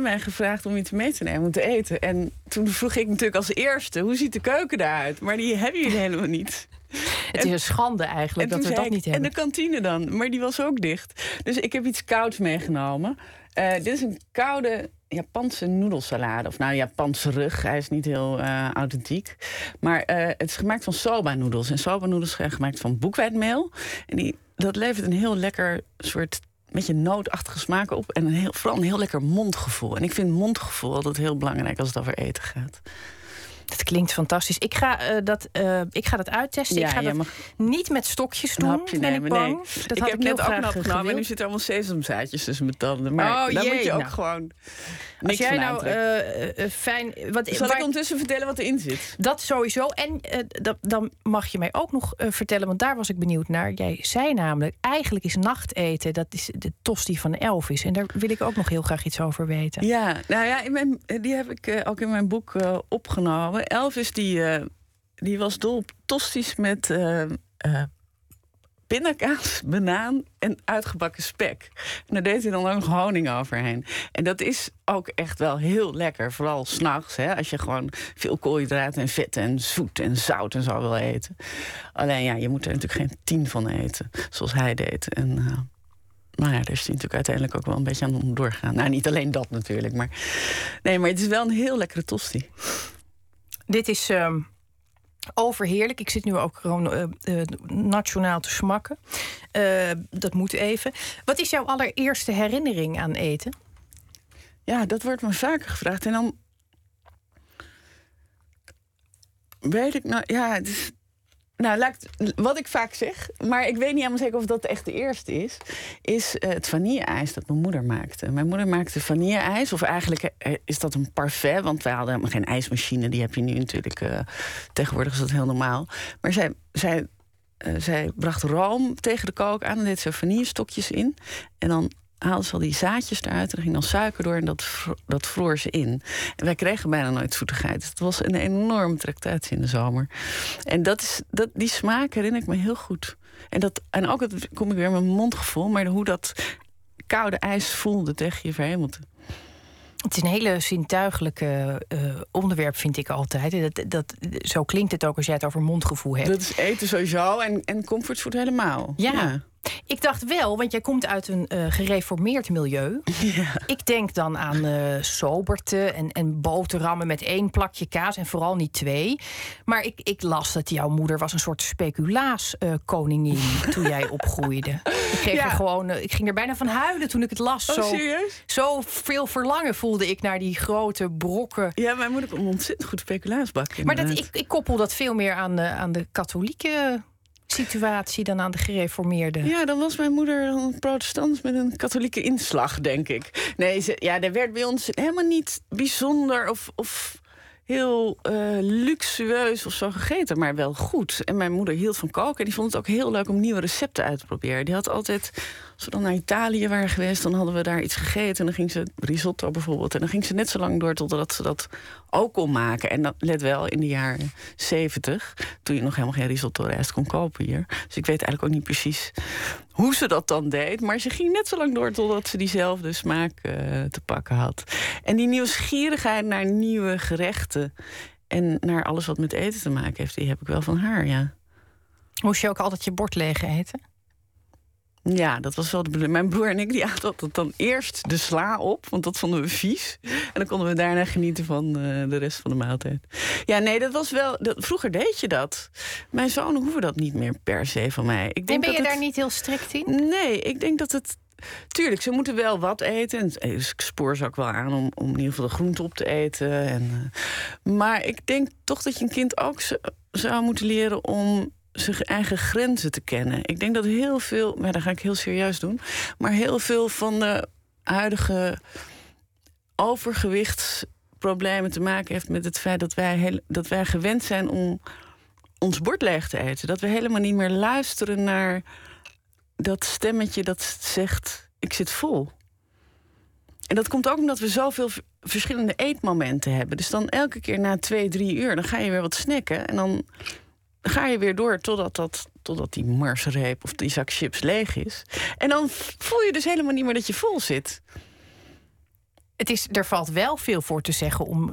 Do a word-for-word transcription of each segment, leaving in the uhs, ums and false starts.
mij gevraagd om iets mee te nemen om te eten. En toen vroeg ik natuurlijk als eerste, hoe ziet de keuken eruit? Maar die hebben jullie helemaal niet. Het is een schande eigenlijk dat we dat ik, niet hebben. En de kantine dan, maar die was ook dicht. Dus ik heb iets kouds meegenomen. Uh, dit is een koude Japanse noedelsalade. Of nou, Japanse-rug. Hij is niet heel uh, authentiek. Maar uh, het is gemaakt van soba-noedels. En soba-noedels zijn gemaakt van boekwijdmeel. En die, dat levert een heel lekker soort met je nootachtige smaak op. En een heel, vooral een heel lekker mondgevoel. En ik vind mondgevoel altijd heel belangrijk als het over eten gaat. Dat klinkt fantastisch. Ik ga, uh, dat, uh, ik ga dat uittesten. Ja, ik ga dat mag niet met stokjes doen, hapje ben nemen. ik bang. Nee. Dat ik had heb ik net heel ook een graag hap genomen gewild. en nu zitten allemaal sesamzaadjes tussen mijn tanden. Maar oh, daar jee, moet je ook nou. gewoon Als niks jij van nou aantrekken. uh, uh, fijn... Wat, Zal waar, ik ondertussen vertellen wat erin zit? Dat sowieso. En uh, dat, dan mag je mij ook nog uh, vertellen, want daar was ik benieuwd naar. Jij zei namelijk, eigenlijk is nachteten, dat is de tosti van Elvis. En daar wil ik ook nog heel graag iets over weten. Ja, nou ja, in mijn, die heb ik uh, ook in mijn boek uh, opgenomen. Elvis, die, uh, die was dol op tosties met uh, uh, pindakaas, banaan en uitgebakken spek. En daar deed hij dan ook nog honing overheen. En dat is ook echt wel heel lekker. Vooral 's nachts, hè, als je gewoon veel koolhydraten en vet en zoet en zout en zo wil eten. Alleen ja, je moet er natuurlijk geen tien van eten, zoals hij deed. En uh, nou ja, daar is hij natuurlijk uiteindelijk ook wel een beetje aan doorgaan. Nou, niet alleen dat natuurlijk, maar nee, maar het is wel een heel lekkere tosti. Dit is Uh... overheerlijk. Ik zit nu ook gewoon uh, uh, nationaal te smakken. Uh, dat moet even. Wat is jouw allereerste herinnering aan eten? Ja, dat wordt me vaker gevraagd. En dan weet ik nou... Ja, het is, nou, laat ik, wat ik vaak zeg, maar ik weet niet helemaal zeker of dat echt de eerste is, is uh, het vanille-ijs dat mijn moeder maakte. Mijn moeder maakte vanille-ijs, of eigenlijk uh, is dat een parfait, want wij hadden helemaal geen ijsmachine. Die heb je nu natuurlijk, uh, tegenwoordig is dat heel normaal. Maar zij, zij, uh, zij bracht room tegen de kook aan en deed ze vanillestokjes in. En dan haalde ze al die zaadjes eruit. Er ging dan suiker door en dat, vro- dat vroor ze in. En wij kregen bijna nooit zoetigheid. Het was een enorme tractatie in de zomer. En dat is, dat, die smaak herinner ik me heel goed. En, dat, en ook, het kom ik weer met mijn mondgevoel, maar hoe dat koude ijs voelde tegen je verhemelte. Het is een hele zintuigelijke uh, onderwerp, vind ik altijd. Dat, dat, zo klinkt het ook als jij het over mondgevoel hebt. Dat is eten sowieso en, en comfortfood helemaal. Ja. ja. Ik dacht wel, want jij komt uit een uh, gereformeerd milieu. Ja. Ik denk dan aan uh, soberte en, en boterhammen met één plakje kaas en vooral niet twee. Maar ik, ik las dat jouw moeder was een soort speculaas-koningin uh, toen jij opgroeide. Ik, kreeg Ja. er gewoon, uh, ik ging er bijna van huilen toen ik het las. Oh, zo, serieus? zo veel verlangen voelde ik naar die grote brokken. Ja, mijn moeder kon ontzettend goed speculaas bakken. Maar dat, ik, ik koppel dat veel meer aan de, aan de katholieke situatie dan aan de gereformeerde. Ja, dan was mijn moeder een protestant met een katholieke inslag, denk ik. Nee, ze, ja, er werd bij ons helemaal niet bijzonder of, of heel uh, luxueus of zo gegeten, maar wel goed. En mijn moeder hield van koken en die vond het ook heel leuk om nieuwe recepten uit te proberen. Die had altijd, als we dan naar Italië waren geweest, dan hadden we daar iets gegeten en dan ging ze risotto bijvoorbeeld. En dan ging ze net zo lang door totdat ze dat ook kon maken. En dat let wel in de jaren zeventig, toen je nog helemaal geen risotto-rijst kon kopen hier. Dus ik weet eigenlijk ook niet precies hoe ze dat dan deed. Maar ze ging net zo lang door totdat ze diezelfde smaak uh, te pakken had. En die nieuwsgierigheid naar nieuwe gerechten en naar alles wat met eten te maken heeft, die heb ik wel van haar, ja. Moest je ook altijd je bord leeg eten? Ja, dat was wel de bedoeling. Mijn broer en ik die aten altijd dan eerst de sla op, want dat vonden we vies. En dan konden we daarna genieten van uh, de rest van de maaltijd. Ja, nee, dat was wel. Dat, vroeger deed je dat. Mijn zonen hoeven dat niet meer per se van mij. Ik denk en ben dat je het, daar niet heel strikt in? Nee, ik denk dat het. Tuurlijk, ze moeten wel wat eten. Dus ik spoor ze ook wel aan om, om in ieder geval de groente op te eten. En, uh, maar ik denk toch dat je een kind ook zou moeten leren om zijn eigen grenzen te kennen. Ik denk dat heel veel, maar dat ga ik heel serieus doen, maar heel veel van de huidige overgewichtsproblemen te maken heeft met het feit dat wij, heel, dat wij gewend zijn om ons bord leeg te eten. Dat we helemaal niet meer luisteren naar dat stemmetje dat zegt, ik zit vol. En dat komt ook omdat we zoveel verschillende eetmomenten hebben. Dus dan elke keer na twee, drie uur, dan ga je weer wat snacken en dan ga je weer door totdat, dat, totdat die marsreep of die zak chips leeg is. En dan voel je dus helemaal niet meer dat je vol zit. Het is, er valt wel veel voor te zeggen om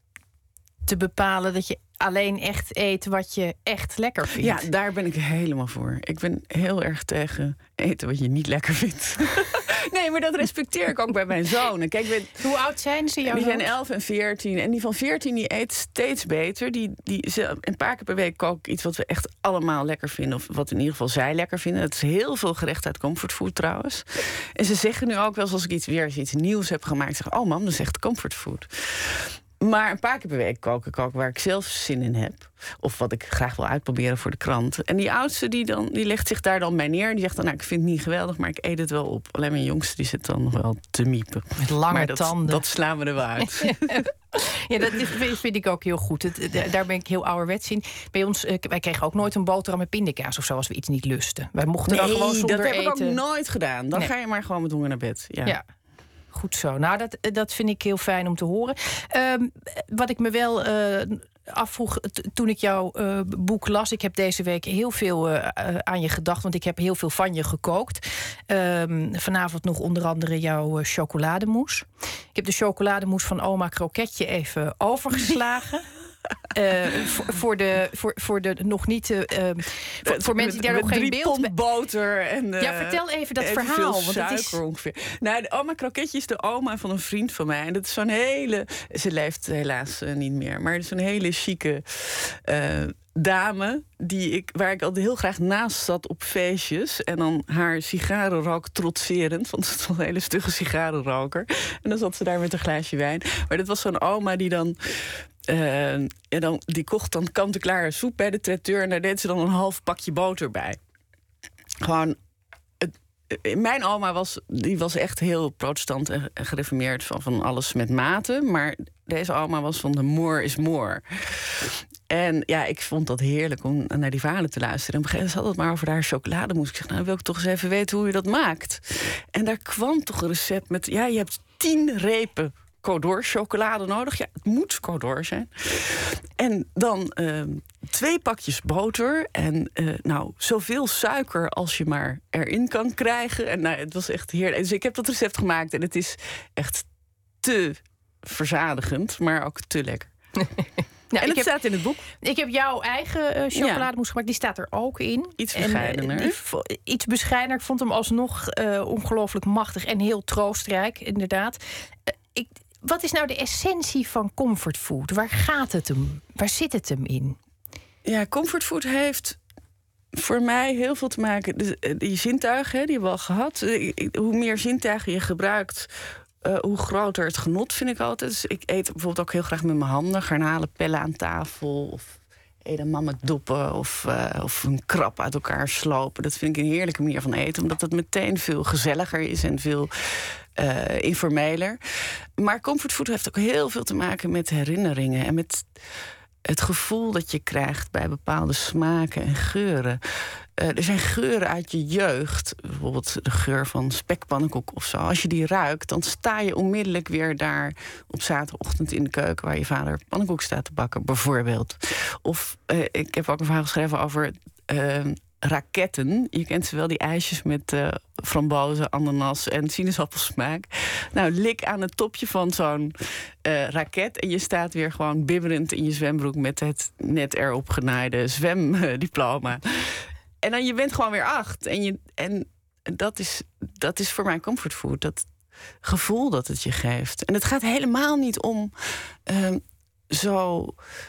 te bepalen dat je alleen echt eet wat je echt lekker vindt. Ja, daar ben ik helemaal voor. Ik ben heel erg tegen eten wat je niet lekker vindt. Nee, maar dat respecteer ik ook bij mijn zonen. Kijk, we, hoe oud zijn ze? Die zijn elf en veertien. En die van veertien die eet steeds beter. Die, die, ze, een paar keer per week kook ik iets wat we echt allemaal lekker vinden. Of wat in ieder geval zij lekker vinden. Het is heel veel gerecht uit comfortfood trouwens. En ze zeggen nu ook wel eens als ik iets weer eens iets nieuws heb gemaakt. Zeggen, oh mam, dat is echt comfortfood. Maar een paar keer per week kook ik ook waar ik zelf zin in heb. Of wat ik graag wil uitproberen voor de krant. En die oudste die dan, die legt zich daar dan bij neer. Die zegt dan, nou, ik vind het niet geweldig, maar ik eet het wel op. Alleen mijn jongste die zit dan nog wel te miepen. Met lange maar dat, tanden. Dat slaan we er wel uit. Ja, dat vind ik ook heel goed. Het, daar ben ik heel ouderwets in. Bij ons, wij kregen ook nooit een boterham met pindakaas of zo als we iets niet lusten. Wij mochten nee, dan gewoon zonder dat heb eten. ik ook nooit gedaan. Dan nee. ga je maar gewoon met honger naar bed. Ja. ja. Goed zo. Nou, dat, dat vind ik heel fijn om te horen. Um, wat ik me wel uh, afvroeg t- toen ik jouw uh, boek las. Ik heb deze week heel veel uh, uh, aan je gedacht, want ik heb heel veel van je gekookt. Um, vanavond nog onder andere jouw uh, chocolademousse. Ik heb de chocolademousse van oma Kroketje even overgeslagen. Uh, voor, voor, de, voor, voor de nog niet. Uh, voor, voor mensen die daar nog geen beeld pond boter en. Uh, ja, vertel even dat even verhaal. Veel want suiker het is ongeveer. Nou, de oma Kroketje is de oma van een vriend van mij. En dat is zo'n hele. Ze leeft helaas uh, niet meer. Maar zo'n hele chique uh, dame. Die ik, waar ik altijd heel graag naast zat op feestjes. En dan haar sigarenrook trotserend. Want het was een hele stugge sigarenroker. En dan zat ze daar met een glaasje wijn. Maar dat was zo'n oma die dan. Uh, en dan, die kocht dan kant-en-klare soep bij de traiteur. En daar deed ze dan een half pakje boter bij. Gewoon. Het, mijn oma was, die was echt heel protestant en gereformeerd. Van, van alles met mate. Maar deze oma was van de more is more. En ja, ik vond dat heerlijk om naar die verhalen te luisteren. En op een gegeven moment had het maar over haar chocolademousse. Ik zeg, nou wil ik toch eens even weten hoe je dat maakt. En daar kwam toch een recept met. Ja, je hebt tien repen Codor chocolade nodig. Ja, het moet Codor zijn. En dan uh, twee pakjes boter. En uh, nou, zoveel suiker als je maar erin kan krijgen. En nou, het was echt heerlijk. Dus ik heb dat recept gemaakt. En het is echt te verzadigend, maar ook te lekker. Nou, en het heb, staat in het boek. Ik heb jouw eigen uh, chocolademousse ja. gemaakt. Die staat er ook in. Iets bescheidener. En, uh, die, iets bescheidener. Ik vond hem alsnog uh, ongelooflijk machtig en heel troostrijk, inderdaad. Uh, ik... Wat is nou de essentie van comfortfood? Waar gaat het hem? Waar zit het hem in? Ja, comfortfood heeft voor mij heel veel te maken. De, die zintuigen, die hebben we al gehad. Hoe meer zintuigen je gebruikt, uh, hoe groter het genot, vind ik altijd. Dus ik eet bijvoorbeeld ook heel graag met mijn handen. Garnalen pellen aan tafel of edamame doppen of, uh, of een krab uit elkaar slopen. Dat vind ik een heerlijke manier van eten, omdat het meteen veel gezelliger is en veel uh, informeler. Maar comfortfood heeft ook heel veel te maken met herinneringen en met het gevoel dat je krijgt bij bepaalde smaken en geuren. Uh, er zijn geuren uit je jeugd, bijvoorbeeld de geur van spekpannenkoek of zo. Als je die ruikt, dan sta je onmiddellijk weer daar op zaterdagochtend in de keuken waar je vader pannenkoek staat te bakken, bijvoorbeeld. Of uh, ik heb ook een verhaal geschreven over uh, raketten. Je kent ze wel, die ijsjes met uh, frambozen, ananas en sinaasappelsmaak. Nou, lik aan het topje van zo'n uh, raket en je staat weer gewoon bibberend in je zwembroek met het net erop genaaide zwemdiploma. En dan je bent gewoon weer acht. En, je, en dat, is, dat is voor mij comfortfood. Dat gevoel dat het je geeft. En het gaat helemaal niet om uh, zo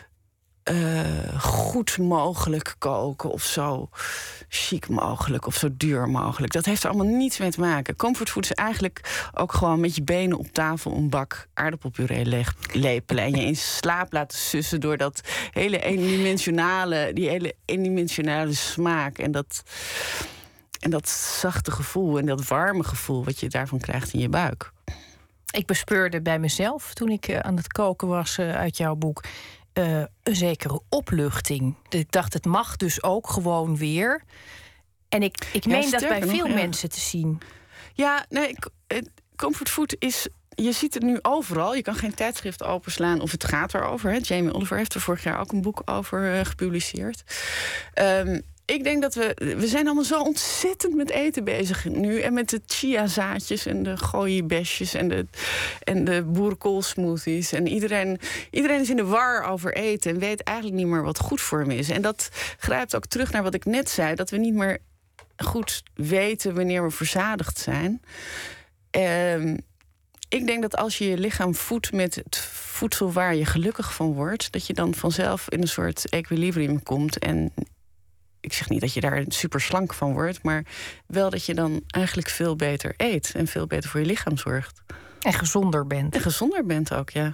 uh, goed mogelijk koken of zo chic mogelijk of zo duur mogelijk. Dat heeft er allemaal niets mee te maken. Comfortfood is eigenlijk ook gewoon met je benen op tafel een bak aardappelpuree le- lepelen en je in slaap laten sussen door dat hele eendimensionale, die hele eendimensionale smaak en dat en dat zachte gevoel en dat warme gevoel wat je daarvan krijgt in je buik. Ik bespeurde bij mezelf toen ik uh, aan het koken was uh, uit jouw boek Uh, een zekere opluchting. Ik dacht, het mag dus ook gewoon weer. En ik, ik meen ja, dat bij nog, veel ja. mensen te zien. Ja, nee, comfortfood is. Je ziet het nu overal. Je kan geen tijdschrift openslaan of het gaat erover. Hè. Jamie Oliver heeft er vorig jaar ook een boek over uh, gepubliceerd. Um, ik denk dat we... We zijn allemaal zo ontzettend met eten bezig nu. En met de chiazaadjes en de gooiebesjes en de, en de boerenkoolsmoothies. En iedereen, iedereen is in de war over eten en weet eigenlijk niet meer wat goed voor hem is. En dat grijpt ook terug naar wat ik net zei. Dat we niet meer goed weten wanneer we verzadigd zijn. Uh, ik denk dat als je je lichaam voedt met het voedsel waar je gelukkig van wordt, dat je dan vanzelf in een soort equilibrium komt. En ik zeg niet dat je daar super slank van wordt, maar wel dat je dan eigenlijk veel beter eet en veel beter voor je lichaam zorgt. En gezonder bent. En gezonder bent ook, ja.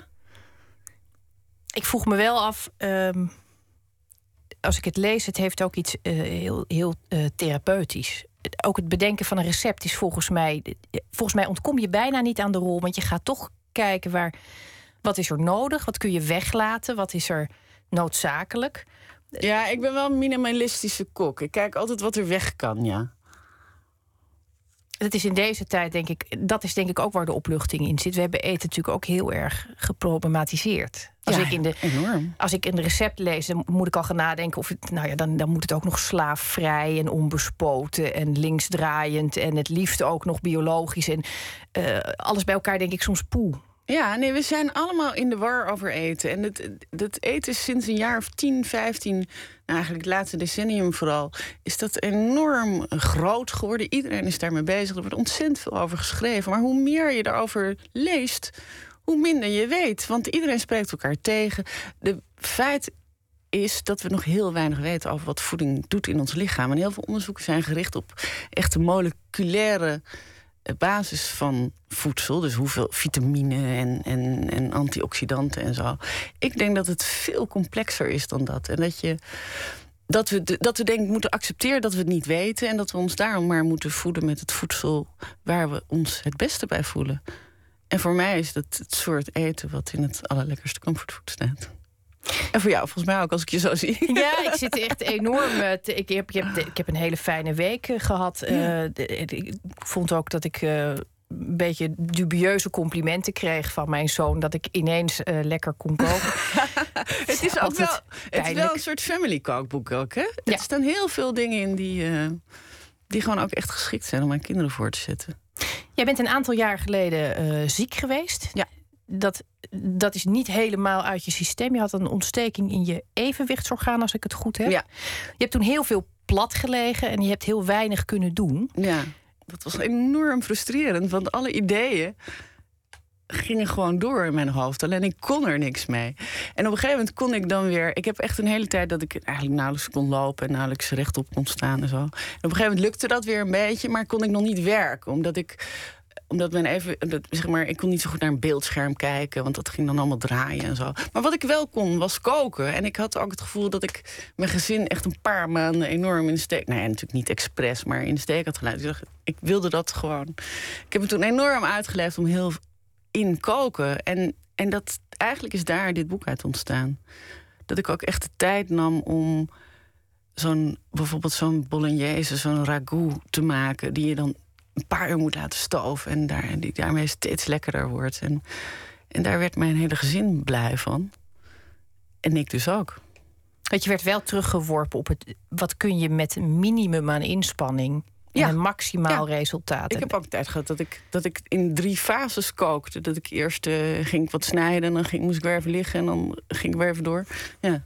Ik vroeg me wel af, um, als ik het lees, het heeft ook iets uh, heel, heel uh, therapeutisch. Ook het bedenken van een recept is volgens mij... Volgens mij ontkom je bijna niet aan de rol, want je gaat toch kijken waar... Wat is er nodig? Wat kun je weglaten? Wat is er noodzakelijk? Ja, ik ben wel een minimalistische kok. Ik kijk altijd wat er weg kan, ja. Het is in deze tijd, denk ik... Dat is denk ik ook waar de opluchting in zit. We hebben eten natuurlijk ook heel erg geproblematiseerd. Als, ja, ik in de, enorm. als ik een recept lees, dan moet ik al gaan nadenken... of het, nou ja, dan, dan moet het ook nog slaafvrij en onbespoten... en linksdraaiend en het liefst ook nog biologisch. En uh, alles bij elkaar denk ik soms poeh. Ja, nee, we zijn allemaal in de war over eten. En het, het eten is sinds een jaar of tien, vijftien... Nou, eigenlijk het laatste decennium vooral... is dat enorm groot geworden. Iedereen is daarmee bezig. Er wordt ontzettend veel over geschreven. Maar hoe meer je daarover leest, hoe minder je weet. Want iedereen spreekt elkaar tegen. De feit is dat we nog heel weinig weten over wat voeding doet in ons lichaam. En heel veel onderzoeken zijn gericht op echte moleculaire basis van voedsel, dus hoeveel vitamine en, en, en antioxidanten en zo. Ik denk dat het veel complexer is dan dat. En dat je dat we, dat we denk ik moeten accepteren dat we het niet weten en dat we ons daarom maar moeten voeden met het voedsel waar we ons het beste bij voelen. En voor mij is dat het soort eten wat in het allerlekkerste comfortfood staat. En voor jou volgens mij ook, als ik je zo zie. Ja, ik zit echt enorm... Te, ik, heb, ik, heb, ik heb een hele fijne week uh, gehad. Uh, de, ik vond ook dat ik uh, een beetje dubieuze complimenten kreeg van mijn zoon... dat ik ineens uh, lekker kon koken. Het is ook wel, het is wel een soort family kookboek ook, hè? Ja. Er staan heel veel dingen in die, uh, die gewoon ook echt geschikt zijn om aan kinderen voor te zetten. Jij bent een aantal jaar geleden uh, ziek geweest. Ja. Dat, dat is niet helemaal uit je systeem. Je had een ontsteking in je evenwichtsorgaan, als ik het goed heb. Ja. Je hebt toen heel veel plat gelegen en je hebt heel weinig kunnen doen. Ja, dat was enorm frustrerend, want alle ideeën gingen gewoon door in mijn hoofd. Alleen ik kon er niks mee. En op een gegeven moment kon ik dan weer... Ik heb echt een hele tijd dat ik eigenlijk nauwelijks kon lopen... en nauwelijks rechtop kon staan en zo. En op een gegeven moment lukte dat weer een beetje... maar kon ik nog niet werken, omdat ik... Omdat men even, zeg maar, ik kon niet zo goed naar een beeldscherm kijken, want dat ging dan allemaal draaien en zo. Maar wat ik wel kon, was koken. En ik had ook het gevoel dat ik mijn gezin echt een paar maanden enorm in de steek... Nou ja, natuurlijk niet expres, maar in de steek had gelaten. Dus ik dacht, ik wilde dat gewoon. Ik heb me toen enorm uitgeleefd om heel in koken. En, en dat, eigenlijk is daar dit boek uit ontstaan. Dat ik ook echt de tijd nam om zo'n, bijvoorbeeld zo'n bolognese, zo'n ragout te maken, die je dan een paar uur moet laten stoven en daar, die daarmee steeds lekkerder wordt. En, en daar werd mijn hele gezin blij van. En ik dus ook. Want je werd wel teruggeworpen op het... wat kun je met een minimum aan inspanning en Ja. een maximaal Ja. resultaat. Ik heb ook een tijd gehad dat ik, dat ik in drie fases kookte. Dat ik eerst uh, ging ik wat snijden en dan ging, moest ik weer even liggen en dan ging ik weer even door. Ja.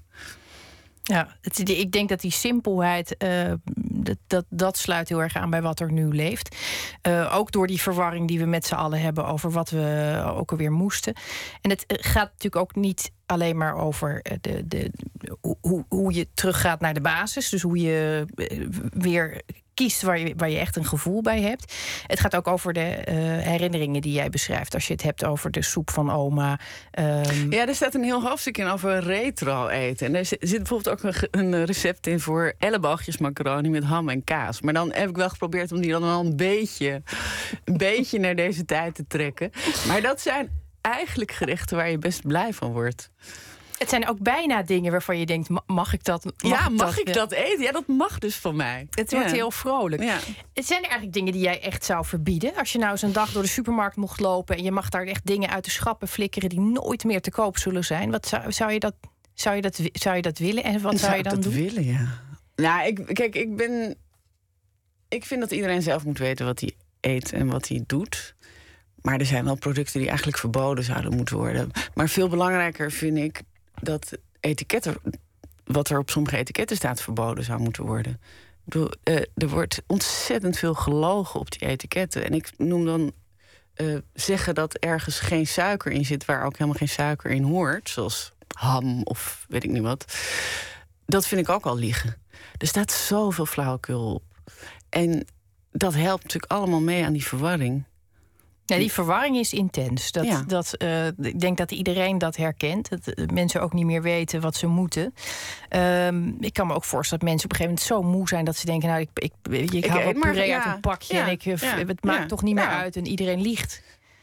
Ja, het, ik denk dat die simpelheid, uh, dat, dat, dat sluit heel erg aan bij wat er nu leeft. Uh, ook door die verwarring die we met z'n allen hebben over wat we ook alweer moesten. En het gaat natuurlijk ook niet alleen maar over de, de, hoe, hoe je teruggaat naar de basis. Dus hoe je weer kiest waar je, waar je echt een gevoel bij hebt. Het gaat ook over de uh, herinneringen die jij beschrijft. Als je het hebt over de soep van oma. Um... Ja, er staat een heel hoofdstuk in over retro eten. En er zit bijvoorbeeld ook een, een recept in voor elleboogjes macaroni met ham en kaas. Maar dan heb ik wel geprobeerd om die dan wel een beetje, een beetje naar deze tijd te trekken. Maar dat zijn eigenlijk gerechten waar je best blij van wordt. Het zijn ook bijna dingen waarvan je denkt, mag ik dat? Mag ja, ik mag dat? ik dat eten? Ja, dat mag dus van mij. Het wordt ja. heel vrolijk. Ja. Het zijn er eigenlijk dingen die jij echt zou verbieden? Als je nou eens een dag door de supermarkt mocht lopen en je mag daar echt dingen uit de schappen flikkeren die nooit meer te koop zullen zijn. Wat zou, zou, je, dat, zou, je, dat, zou je dat willen? En wat En zou je ik dan dat doen? willen, ja. Nou, ik, kijk, ik ben... Ik vind dat iedereen zelf moet weten wat hij eet en wat hij doet. Maar er zijn wel producten die eigenlijk verboden zouden moeten worden. Maar veel belangrijker vind ik dat etiketten... wat er op sommige etiketten staat verboden zou moeten worden. Ik bedoel, uh, er wordt ontzettend veel gelogen op die etiketten. En ik noem dan uh, zeggen dat ergens geen suiker in zit... waar ook helemaal geen suiker in hoort. Zoals ham of weet ik niet wat. Dat vind ik ook al liegen. Er staat zoveel flauwekul op. En dat helpt natuurlijk allemaal mee aan die verwarring. Ja, die verwarring is intens. Dat, Ja. dat, uh, ik denk dat iedereen dat herkent. Dat uh, mensen ook niet meer weten wat ze moeten. Um, ik kan me ook voorstellen dat mensen op een gegeven moment zo moe zijn... dat ze denken, nou, ik, ik, ik, ik hou eet wel puree maar, uit ja, een pakje... ja, en ik, uh, ja, het maakt ja, toch niet meer ja. uit en iedereen liegt.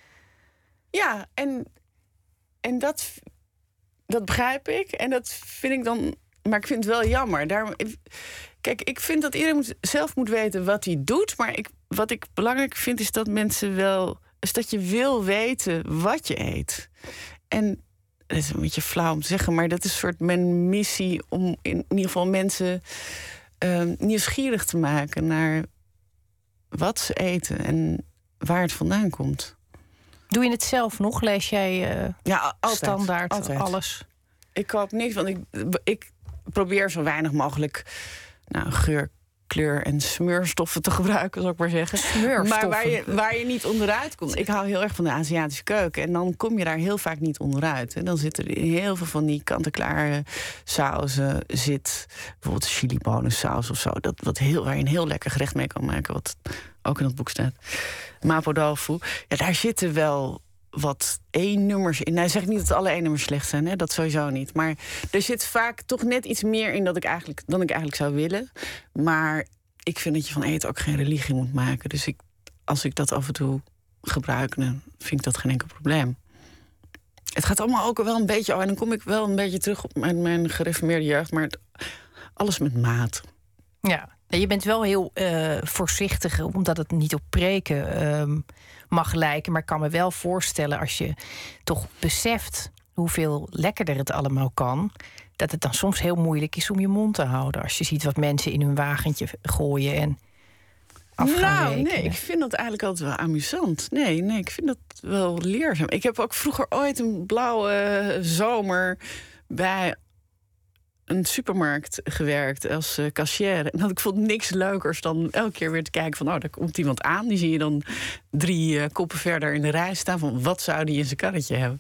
Ja, en, en dat, dat begrijp ik. En dat vind ik dan... Maar ik vind het wel jammer. Daarom, kijk, ik vind dat iedereen moet, zelf moet weten wat hij doet. Maar ik, wat ik belangrijk vind is dat mensen wel... is dat je wil weten wat je eet. En dat is een beetje flauw om te zeggen... maar dat is een soort mijn missie om in ieder geval mensen... Uh, nieuwsgierig te maken naar wat ze eten... en waar het vandaan komt. Doe je het zelf nog? Lees jij uh, ja, altijd, standaard altijd. alles? Ik koop niks, want ik, ik probeer zo weinig mogelijk... nou, geur, kleur en smeurstoffen te gebruiken, zal ik maar zeggen. Smeurstoffen? Maar waar je, waar je niet onderuit komt. Ik hou heel erg van de Aziatische keuken. En dan kom je daar heel vaak niet onderuit. En dan zitten er heel veel van die kant-en-klare sauzen zit. Bijvoorbeeld chilibonensaus of zo. Dat, wat heel, waar je een heel lekker gerecht mee kan maken. Wat ook in het boek staat. Mapo tofu. Ja, daar zitten wel... wat E-nummers in. Nou, zeg ik niet dat alle E-nummers slecht zijn, hè? Dat sowieso niet. Maar er zit vaak toch net iets meer in dat ik eigenlijk, dan ik eigenlijk zou willen. Maar ik vind dat je van eten ook geen religie moet maken. Dus ik, als ik dat af en toe gebruik, dan vind ik dat geen enkel probleem. Het gaat allemaal ook wel een beetje... Oh, en dan kom ik wel een beetje terug op mijn, mijn gereformeerde jeugd. Maar het, alles met maat. Ja. Je bent wel heel uh, voorzichtig, omdat het niet op preken uh, mag lijken. Maar ik kan me wel voorstellen, als je toch beseft hoeveel lekkerder het allemaal kan, dat het dan soms heel moeilijk is om je mond te houden. Als je ziet wat mensen in hun wagentje gooien en af gaan Nou, rekenen. nee, ik vind dat eigenlijk altijd wel amusant. Nee, nee, ik vind dat wel leerzaam. Ik heb ook vroeger ooit een blauwe zomer bij een supermarkt gewerkt als uh, cashier. En ik vond niks leukers dan elke keer weer te kijken van... oh, daar komt iemand aan. Die zie je dan drie uh, koppen verder in de rij staan... van wat zou die in zijn karretje hebben.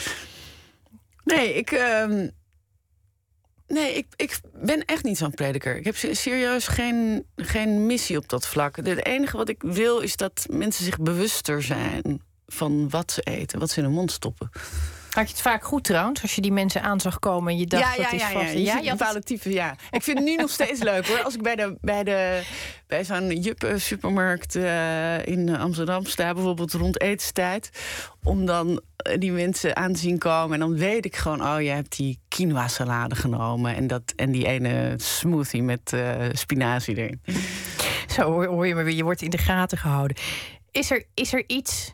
Nee, ik... Uh, nee, ik, ik ben echt niet zo'n prediker. Ik heb serieus geen, geen missie op dat vlak. Het enige wat ik wil is dat mensen zich bewuster zijn... van wat ze eten, wat ze in hun mond stoppen. Had je het vaak goed trouwens, als je die mensen aan zag komen en je dacht ja, ja, dat is ja, vast... ja, je ja, ziet je had bepaalde het... typen, ja. Ik vind het nu nog steeds leuk hoor. Als ik bij, de, bij, de, bij zo'n juppe supermarkt uh, in Amsterdam sta, bijvoorbeeld rond etenstijd, om dan die mensen aan te zien komen en dan weet ik gewoon, oh, je hebt die quinoa salade genomen en, dat, en die ene smoothie met uh, spinazie erin. Zo hoor, hoor je maar weer, je wordt in de gaten gehouden. Is er, is er iets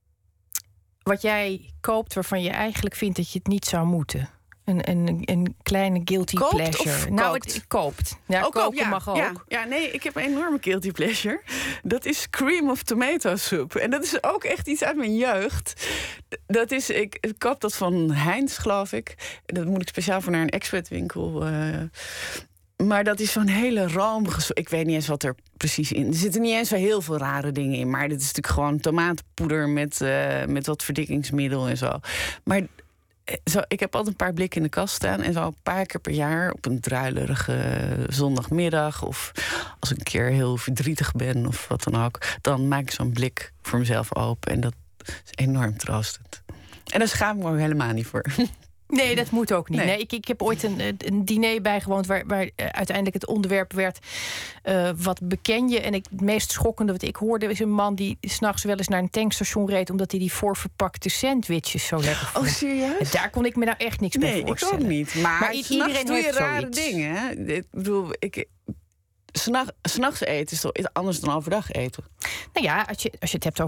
wat jij koopt waarvan je eigenlijk vindt dat je het niet zou moeten? Een, een, een kleine guilty koopt pleasure. Nou, het, het koopt. Ja, oh, kopen ja, mag ook. Ja, ja, nee, ik heb een enorme guilty pleasure. Dat is cream of tomato soup. En dat is ook echt iets uit mijn jeugd. Dat is, ik, ik koop dat van Heinz, geloof ik. Dat moet ik speciaal voor naar een expertwinkel. Uh, Maar dat is zo'n hele romige... Ik weet niet eens wat er precies in... Er zitten niet eens zo heel veel rare dingen in. Maar dit is natuurlijk gewoon tomatenpoeder met, uh, met wat verdikkingsmiddel en zo. Maar zo, ik heb altijd een paar blikken in de kast staan. En zo een paar keer per jaar op een druilerige zondagmiddag... of als ik een keer heel verdrietig ben of wat dan ook... dan maak ik zo'n blik voor mezelf open. En dat is enorm troostend. En daar schaam ik me ook helemaal niet voor. Nee, dat moet ook niet. Nee. Nee, ik, ik heb ooit een, een diner bijgewoond waar, waar uiteindelijk het onderwerp werd... Uh, wat beken je? En ik, het meest schokkende wat ik hoorde is een man die 's nachts wel eens naar een tankstation reed... omdat hij die voorverpakte sandwiches zo lekker vond. Oh, serieus? En daar kon ik me nou echt niks nee, bij voorstellen. Nee, ik ook niet. Maar, maar iedereen doe je heeft rare zoiets. dingen. Hè? Ik bedoel, ik... S'nachts eten is toch anders dan overdag eten? Nou ja, als je, als je het hebt over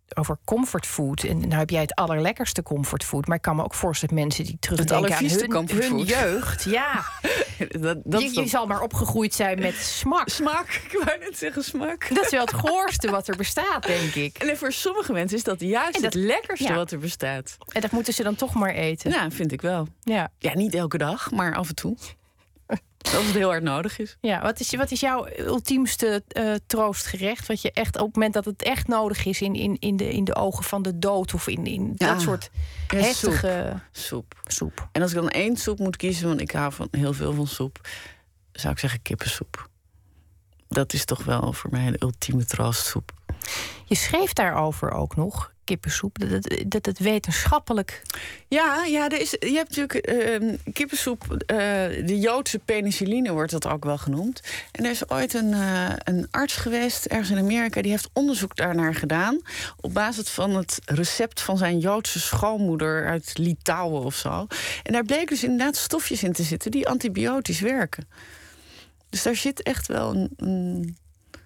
over comfortfood. En nou heb jij het allerlekkerste comfortfood. Maar ik kan me ook voorstellen dat mensen die terugdenken aan hun, hun jeugd. Ja, dat, dat je, je zal maar opgegroeid zijn met smak. Smak, ik wou net zeggen smak. Dat is wel het goorste wat er bestaat, denk ik. En voor sommige mensen is dat juist dat, het lekkerste ja. wat er bestaat. En dat moeten ze dan toch maar eten. Ja, vind ik wel. Ja, ja niet elke dag, maar af en toe. Als het heel hard nodig is. Ja, wat is, wat is jouw ultiemste uh, troostgerecht? Wat je echt op het moment dat het echt nodig is in, in, in, de, in de ogen van de dood of in, in ja. dat soort ja, heftige soep. soep. soep. En als ik dan één soep moet kiezen, want ik hou van heel veel van soep, zou ik zeggen kippensoep. Dat is toch wel voor mij de ultieme troostsoep. Je schreef daarover ook nog. Kippensoep, dat het, dat het wetenschappelijk... Ja, ja er is, je hebt natuurlijk uh, kippensoep, uh, de Joodse penicilline wordt dat ook wel genoemd. En er is ooit een, uh, een arts geweest, ergens in Amerika, die heeft onderzoek daarnaar gedaan op basis van het recept van zijn Joodse schoonmoeder uit Litouwen of zo. En daar bleken dus inderdaad stofjes in te zitten die antibiotisch werken. Dus daar zit echt wel een, een,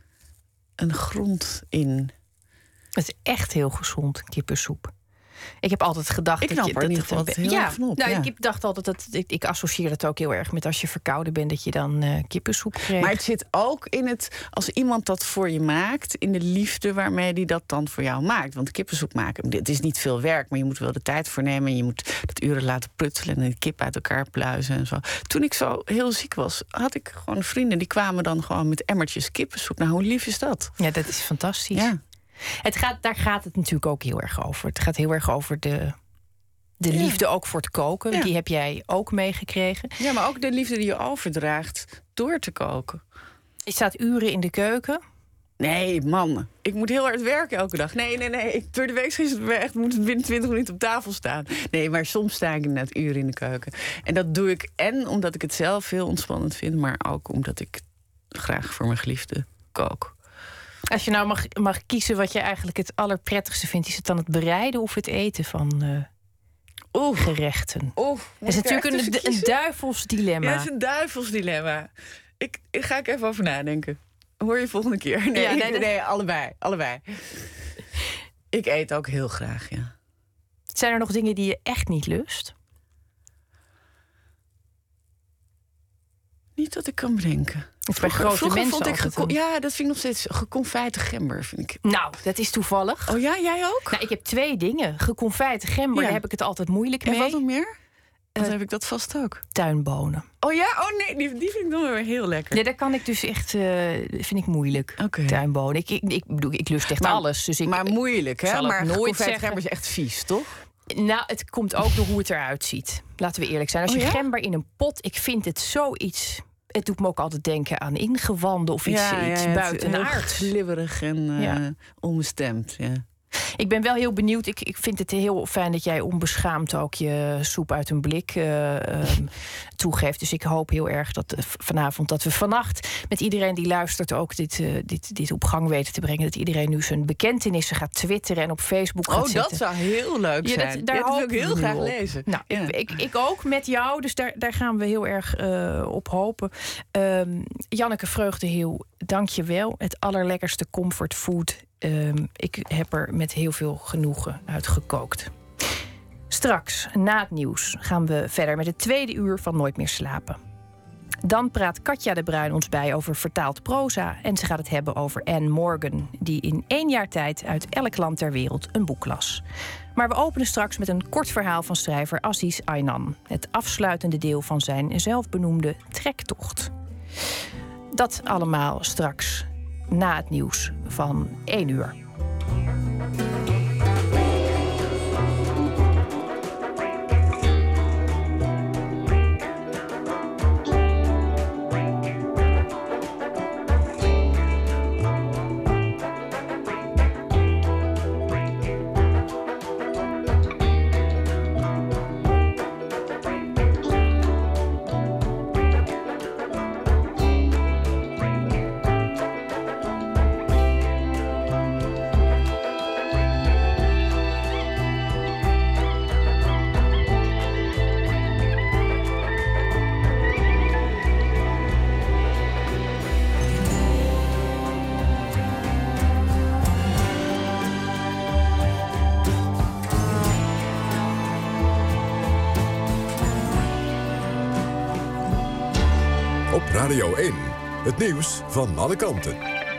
een grond in. Het is echt heel gezond, kippensoep. Ik heb altijd gedacht... Ik dat je er in ieder geval dat, heel ja, erg van op. Nou, ja. Ik dacht altijd dat... Ik, ik associeer het ook heel erg met als je verkouden bent, dat je dan uh, kippensoep krijgt. Maar het zit ook in het... Als iemand dat voor je maakt, in de liefde waarmee die dat dan voor jou maakt. Want kippensoep maken, het is niet veel werk, maar je moet wel de tijd voor nemen. En je moet dat uren laten pruttelen en de kip uit elkaar pluizen en zo. Toen ik zo heel ziek was, had ik gewoon vrienden die kwamen dan gewoon met emmertjes kippensoep. Nou, hoe lief is dat? Ja, dat is fantastisch. Ja. Het gaat, daar gaat het natuurlijk ook heel erg over. Het gaat heel erg over de, de ja. liefde ook voor het koken. Ja. Die heb jij ook meegekregen. Ja, maar ook de liefde die je overdraagt door te koken. Je staat uren in de keuken. Nee, man. Ik moet heel hard werken elke dag. Nee, nee, nee. Door de week is het echt, moet het binnen twintig minuten op tafel staan. Nee, maar soms sta ik inderdaad uren in de keuken. En dat doe ik en omdat ik het zelf heel ontspannend vind, maar ook omdat ik graag voor mijn geliefde kook. Als je nou mag, mag kiezen wat je eigenlijk het allerprettigste vindt, is het dan het bereiden of het eten van uh, Oeh. gerechten? Oeh, dat is natuurlijk een, een duivels dilemma. Ja, het is een duivels dilemma. Ik, ik ga ik even over nadenken. Hoor je volgende keer? Nee, ja, nee, nee, nee, allebei, allebei. Ik eet ook heel graag, ja. Zijn er nog dingen die je echt niet lust? Niet dat ik kan bedenken. Of bij grote vroeger mensen vond ik geko- een... Ja, dat vind ik nog steeds geconfijte gember, vind ik. Nou, dat is toevallig. Oh ja, jij ook? Nou, ik heb twee dingen. Geconfijte gember, ja. Daar heb ik het altijd moeilijk mee. En wat nog meer? Dan uh, heb ik dat vast ook. Tuinbonen. Oh ja? Oh nee, die, die vind ik dan weer heel lekker. Nee, daar kan ik dus echt, uh, vind ik moeilijk. Okay. Tuinbonen. Ik, ik, ik bedoel, ik lust echt maar, alles. Dus ik, maar moeilijk, hè? Maar geconfijte gember is echt vies, toch? Nou, het komt ook door hoe het eruit ziet. Laten we eerlijk zijn. Als oh, je ja? gember in een pot, ik vind het zoiets... Het doet me ook altijd denken aan ingewanden of iets, ja, iets ja, buitenaards. Glibberig en uh, ja. onbestemd, ja. Ik ben wel heel benieuwd. Ik, ik vind het heel fijn dat jij onbeschaamd ook je soep uit een blik uh, um, toegeeft. Dus ik hoop heel erg dat uh, vanavond, dat we vannacht met iedereen die luistert ook dit, uh, dit, dit op gang weten te brengen. Dat iedereen nu zijn bekentenissen gaat twitteren en op Facebook gaat oh, zetten. Oh, dat zou heel leuk zijn. Ja, dat, daar ja, dat wil ik heel graag op. lezen. Nou, ja. ik, ik, ik ook met jou, dus daar, daar gaan we heel erg uh, op hopen. Um, Janneke Vreugdeheeuw, dank je wel. Het allerlekkerste comfortfood. Um, ik heb er met heel veel genoegen uit gekookt. Straks, na het nieuws, gaan we verder met het tweede uur van Nooit meer slapen. Dan praat Katja de Bruin ons bij over vertaald proza. En ze gaat het hebben over Anne Morgan, die in één jaar tijd uit elk land ter wereld een boek las. Maar we openen straks met een kort verhaal van schrijver Aziz Aynan. Het afsluitende deel van zijn zelfbenoemde trektocht. Dat allemaal straks na het nieuws van één uur. Radio één, het nieuws van alle kanten.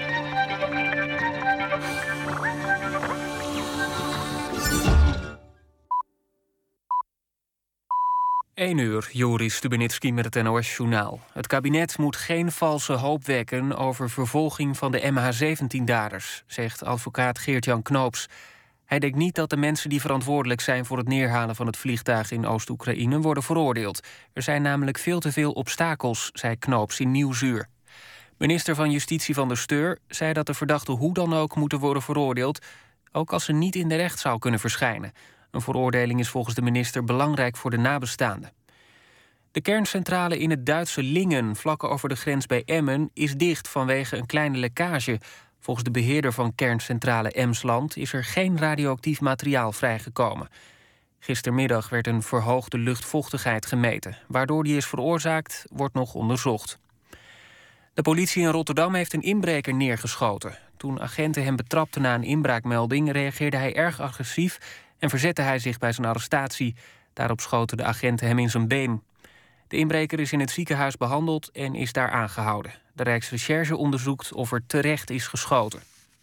één uur, Joris Stubenitski met het N O S-journaal. Het kabinet moet geen valse hoop wekken over vervolging van de M H zeventien-daders, zegt advocaat Geert-Jan Knoops. Hij denkt niet dat de mensen die verantwoordelijk zijn voor het neerhalen van het vliegtuig in Oost-Oekraïne worden veroordeeld. Er zijn namelijk veel te veel obstakels, zei Knoops in Nieuwsuur. Minister van Justitie Van der Steur zei dat de verdachten hoe dan ook moeten worden veroordeeld, ook als ze niet in de rechtszaal kunnen verschijnen. Een veroordeling is volgens de minister belangrijk voor de nabestaanden. De kerncentrale in het Duitse Lingen, vlak over de grens bij Emmen, is dicht vanwege een kleine lekkage. Volgens de beheerder van kerncentrale Emsland is er geen radioactief materiaal vrijgekomen. Gistermiddag werd een verhoogde luchtvochtigheid gemeten. Waardoor die is veroorzaakt, wordt nog onderzocht. De politie in Rotterdam heeft een inbreker neergeschoten. Toen agenten hem betrapten na een inbraakmelding, reageerde hij erg agressief en verzette hij zich bij zijn arrestatie. Daarop schoten de agenten hem in zijn been. De inbreker is in het ziekenhuis behandeld en is daar aangehouden. De Rijksrecherche onderzoekt of er terecht is geschoten.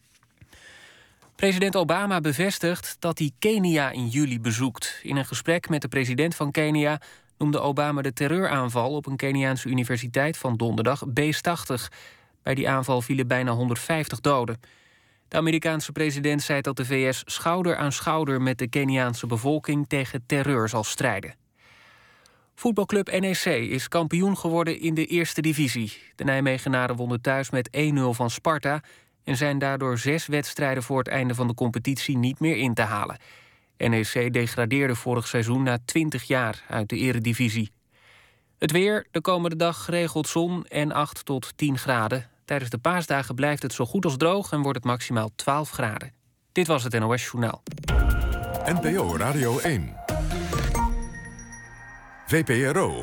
President Obama bevestigt dat hij Kenia in juli bezoekt. In een gesprek met de president van Kenia noemde Obama de terreuraanval op een Keniaanse universiteit van donderdag beestachtig. Bij die aanval vielen bijna honderdvijftig doden. De Amerikaanse president zei dat de V S schouder aan schouder met de Keniaanse bevolking tegen terreur zal strijden. Voetbalclub N E C is kampioen geworden in de eerste divisie. De Nijmegenaren wonnen thuis met één nul van Sparta en zijn daardoor zes wedstrijden voor het einde van de competitie niet meer in te halen. N E C degradeerde vorig seizoen na twintig jaar uit de eredivisie. Het weer, de komende dag geregeld zon en acht tot tien graden. Tijdens de paasdagen blijft het zo goed als droog en wordt het maximaal twaalf graden. Dit was het N O S-journaal. N P O Radio één. V P R O.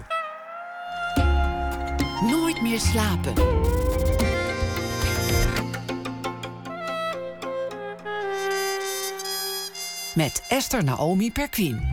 Nooit meer slapen. Met Esther Naomi Perquin.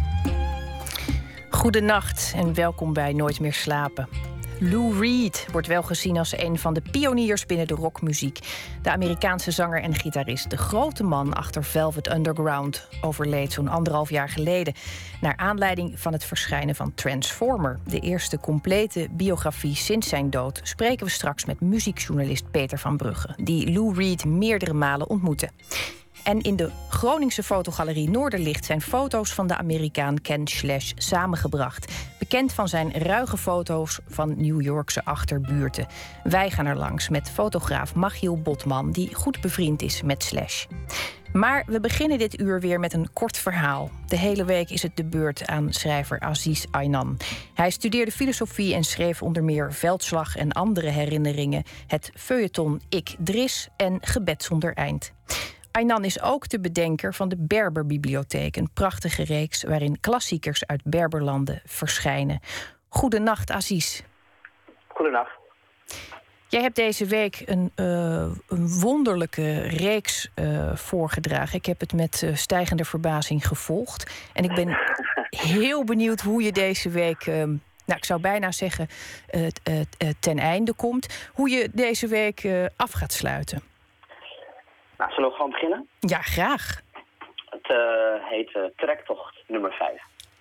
Goedenacht en welkom bij Nooit meer slapen. Lou Reed wordt wel gezien als een van de pioniers binnen de rockmuziek. De Amerikaanse zanger en gitarist, de grote man achter Velvet Underground, overleed zo'n anderhalf jaar geleden. Naar aanleiding van het verschijnen van Transformer, de eerste complete biografie sinds zijn dood, spreken we straks met muziekjournalist Peter van Brugge, die Lou Reed meerdere malen ontmoette. En in de Groningse fotogalerie Noorderlicht zijn foto's van de Amerikaan Ken Schlash samengebracht. Bekend van zijn ruige foto's van New Yorkse achterbuurten. Wij gaan er langs met fotograaf Machiel Botman, die goed bevriend is met Schlash. Maar we beginnen dit uur weer met een kort verhaal. De hele week is het de beurt aan schrijver Aziz Aynan. Hij studeerde filosofie en schreef onder meer Veldslag en andere herinneringen, het feuilleton Ik Dris en Gebed zonder eind. Aynan is ook de bedenker van de Berberbibliotheek, een prachtige reeks waarin klassiekers uit Berberlanden verschijnen. Goedenacht, Aziz. Goedenacht. Jij hebt deze week een, uh, een wonderlijke reeks uh, voorgedragen. Ik heb het met uh, stijgende verbazing gevolgd. En ik ben heel benieuwd hoe je deze week, uh, nou, ik zou bijna zeggen, uh, uh, uh, ten einde komt. Hoe je deze week uh, af gaat sluiten. Nou, zullen we gewoon beginnen? Ja, graag. Het uh, heet uh, Trektocht nummer vijf.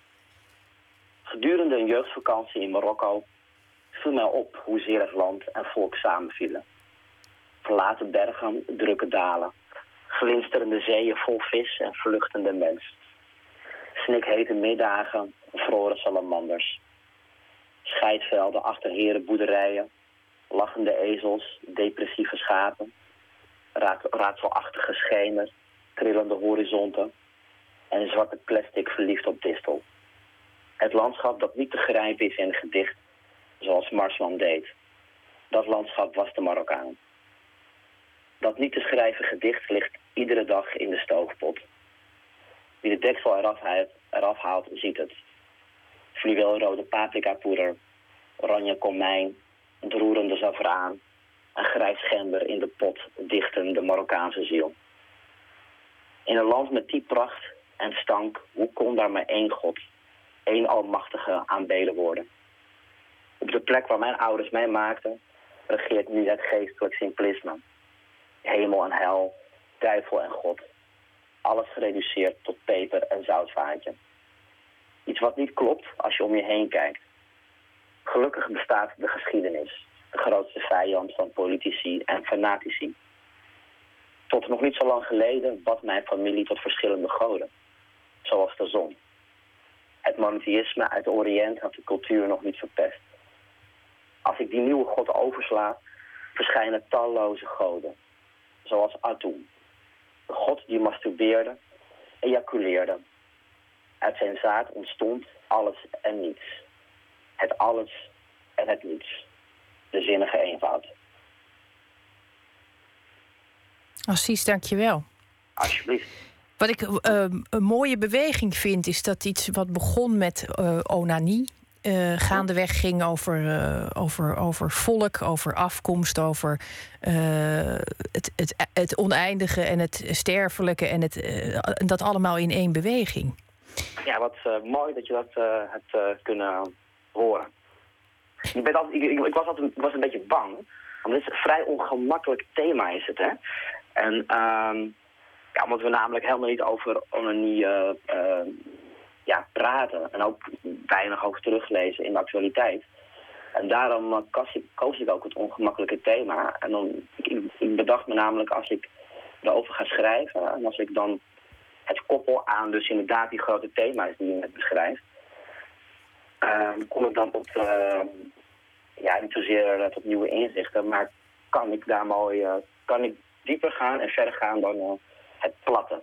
Gedurende een jeugdvakantie in Marokko viel mij op hoezeer het land en volk samenvielen. Verlaten bergen, drukke dalen, glinsterende zeeën vol vis en vluchtende mens. Snikhete middagen, bevroren salamanders. Scheidvelden achter herenboerderijen, lachende ezels, depressieve schapen. Raadselachtige schemer, trillende horizonten en een zwarte plastic verliefd op distel. Het landschap dat niet te grijpen is in een gedicht, zoals Marsman deed. Dat landschap was de Marokkaan. Dat niet te schrijven gedicht ligt iedere dag in de stoofpot. Wie de deksel eraf haalt, eraf haalt ziet het. Fluweelrode paprikapoeder, oranje komijn, ontroerende zavraan, een grijs gember in de pot dichten de Marokkaanse ziel. In een land met die pracht en stank, hoe kon daar maar één God, één almachtige aanbeden worden? Op de plek waar mijn ouders mij maakten, regeert nu het geestelijk simplisme. Hemel en hel, duivel en God. Alles gereduceerd tot peper en zoutvaatje. Iets wat niet klopt als je om je heen kijkt. Gelukkig bestaat de geschiedenis, de grootste vijand van politici en fanatici. Tot nog niet zo lang geleden bad mijn familie tot verschillende goden, zoals de zon. Het monotheïsme uit de Oriënt had de cultuur nog niet verpest. Als ik die nieuwe god oversla, verschijnen talloze goden, zoals Atum, de god die masturbeerde, ejaculeerde. Uit zijn zaad ontstond alles en niets. Het alles en het niets. De zinnige eenvoud. Assis, dank je wel. Alsjeblieft. Wat ik uh, een mooie beweging vind, is dat iets wat begon met uh, onanie, uh, gaandeweg ging over, uh, over, over volk, over afkomst, over uh, het, het, het oneindige en het sterfelijke en het, uh, dat allemaal in één beweging. Ja, wat uh, mooi dat je dat uh, hebt uh, kunnen horen. Ik, ben altijd, ik, ik, ik, was altijd, ik was een beetje bang, want het is een vrij ongemakkelijk thema is het, hè. En uh, ja, omdat we namelijk helemaal niet over onanie uh, uh, ja, praten en ook weinig over teruglezen in de actualiteit. En daarom uh, koos, ik, koos ik ook het ongemakkelijke thema. En dan, ik, ik bedacht me namelijk als ik erover ga schrijven en als ik dan het koppel aan dus inderdaad die grote thema's die je net beschrijft, uh, kom ik dan tot, uh, ja, niet zozeer uh, tot nieuwe inzichten, maar kan ik daar mooi, uh, kan ik dieper gaan en verder gaan dan uh, het platte.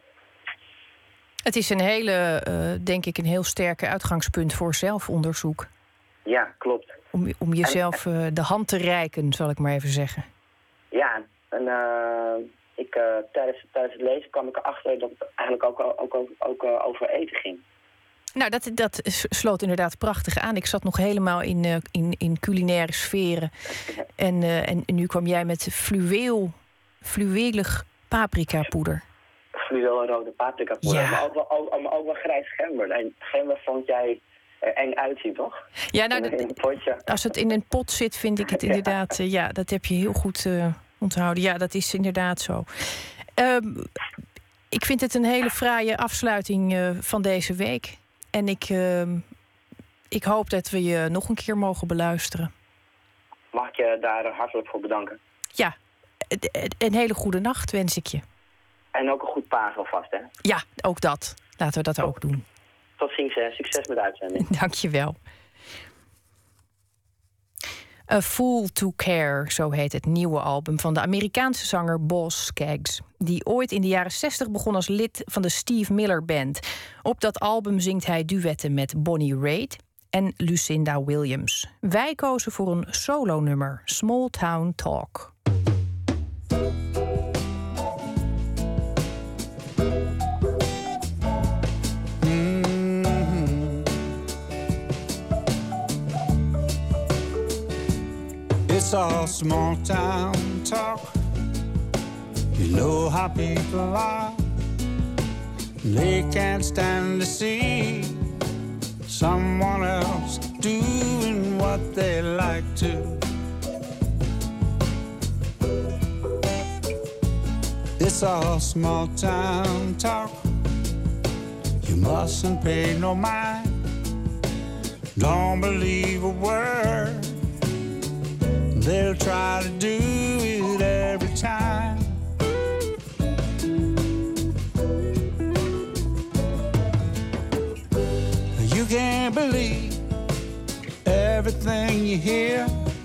Het is een hele, uh, denk ik, een heel sterke uitgangspunt voor zelfonderzoek. Ja, klopt. Om, om jezelf uh, de hand te reiken, zal ik maar even zeggen. Ja, en uh, ik, uh, tijdens, tijdens het lezen kwam ik erachter dat het eigenlijk ook, ook, ook, ook uh, over eten ging. Nou, dat, dat sloot inderdaad prachtig aan. Ik zat nog helemaal in, uh, in, in culinaire sferen. En, uh, en nu kwam jij met fluweel, fluwelig paprikapoeder. Fluweel rode paprikapoeder, Ja. maar, ook wel, ook, maar ook wel grijs gember. En gember vond jij er eng uitzien, toch? Ja, nou, in, in een dat, potje. als het in een pot zit, vind ik het inderdaad... Uh, ja, dat heb je heel goed uh, onthouden. Ja, dat is inderdaad zo. Um, ik vind het een hele fraaie afsluiting uh, van deze week. En ik, uh, ik hoop dat we je nog een keer mogen beluisteren. Mag ik je daar hartelijk voor bedanken? Ja, een hele goede nacht wens ik je. En ook een goed paas alvast, hè? Ja, ook dat. Laten we dat ook doen. Tot ziens, hè. Succes met de uitzending. Dank je wel. A Fool to Care, zo heet het nieuwe album van de Amerikaanse zanger Boz Scaggs, die ooit in de jaren zestig begon als lid van de Steve Miller Band. Op dat album zingt hij duetten met Bonnie Raitt en Lucinda Williams. Wij kozen voor een solonummer, Small Town Talk. It's all small town talk. You know how people are. They can't stand to see someone else doing what they like to. It's all small town talk. You mustn't pay no mind. Don't believe a word they'll try to do it every time. You can't believe everything you hear,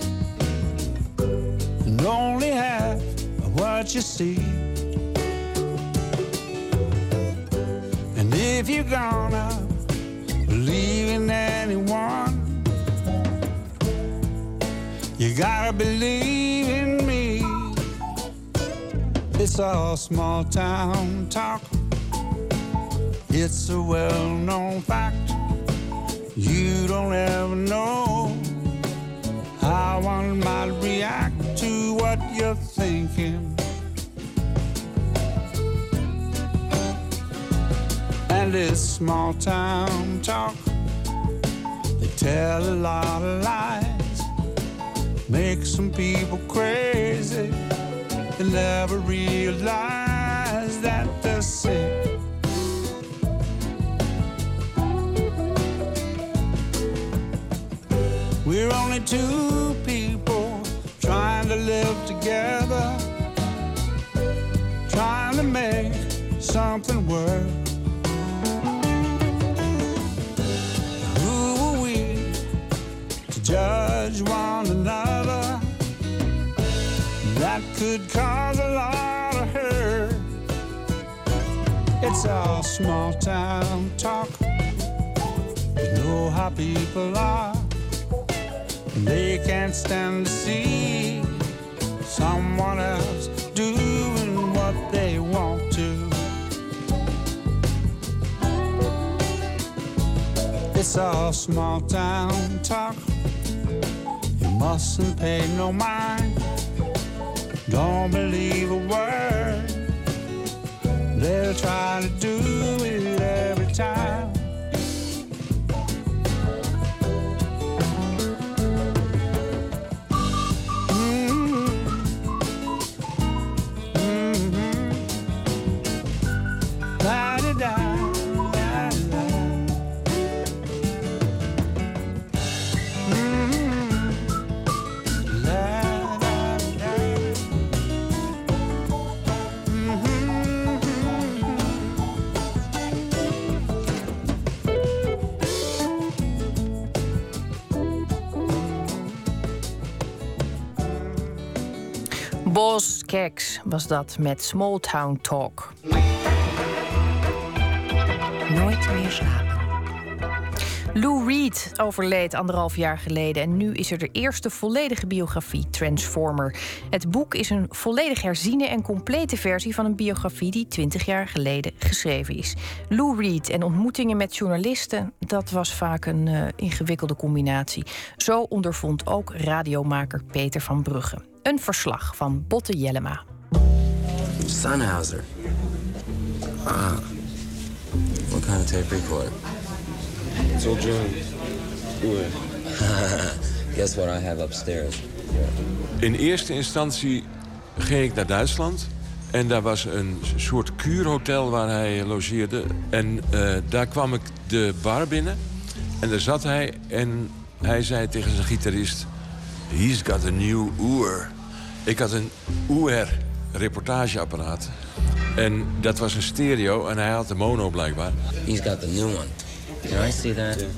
and only half of what you see. And if you're gonna believe in anyone, you gotta believe in me. It's all small town talk. It's a well-known fact. You don't ever know how one might react to what you're thinking. And it's small town talk. They tell a lot of lies. make some people crazy. They never realize that they're sick. We're only two people trying to live together, trying to make something work. Who are we to judge one another? That could cause a lot of hurt. It's all small town talk. You know how people are. They can't stand to see someone else doing what they want to. It's all small town talk. You mustn't pay no mind. Don't believe a word. They'll try to do it every time. Boz Scaggs was dat met Small Town Talk. Nooit meer slapen. Lou Reed overleed anderhalf jaar geleden en nu is er de eerste volledige biografie, Transformer. Het boek is een volledig herziene en complete versie van een biografie die twintig jaar geleden geschreven is. Lou Reed en ontmoetingen met journalisten, dat was vaak een uh, ingewikkelde combinatie. Zo ondervond ook radiomaker Peter van Brugge. Een verslag van Botte Jellema. Sennheiser. Ah. What kind of tape recorder? It's all John. Guess what I have upstairs? In eerste instantie ging ik naar Duitsland. En daar was een soort kuurhotel waar hij logeerde. En uh, daar kwam ik de bar binnen. En daar zat hij en hij zei tegen zijn gitarist... He's got a new oor. Ik had een oor reportageapparaat. En dat was een stereo en hij had de mono blijkbaar. He's got the new one. Can I see that? Yeah.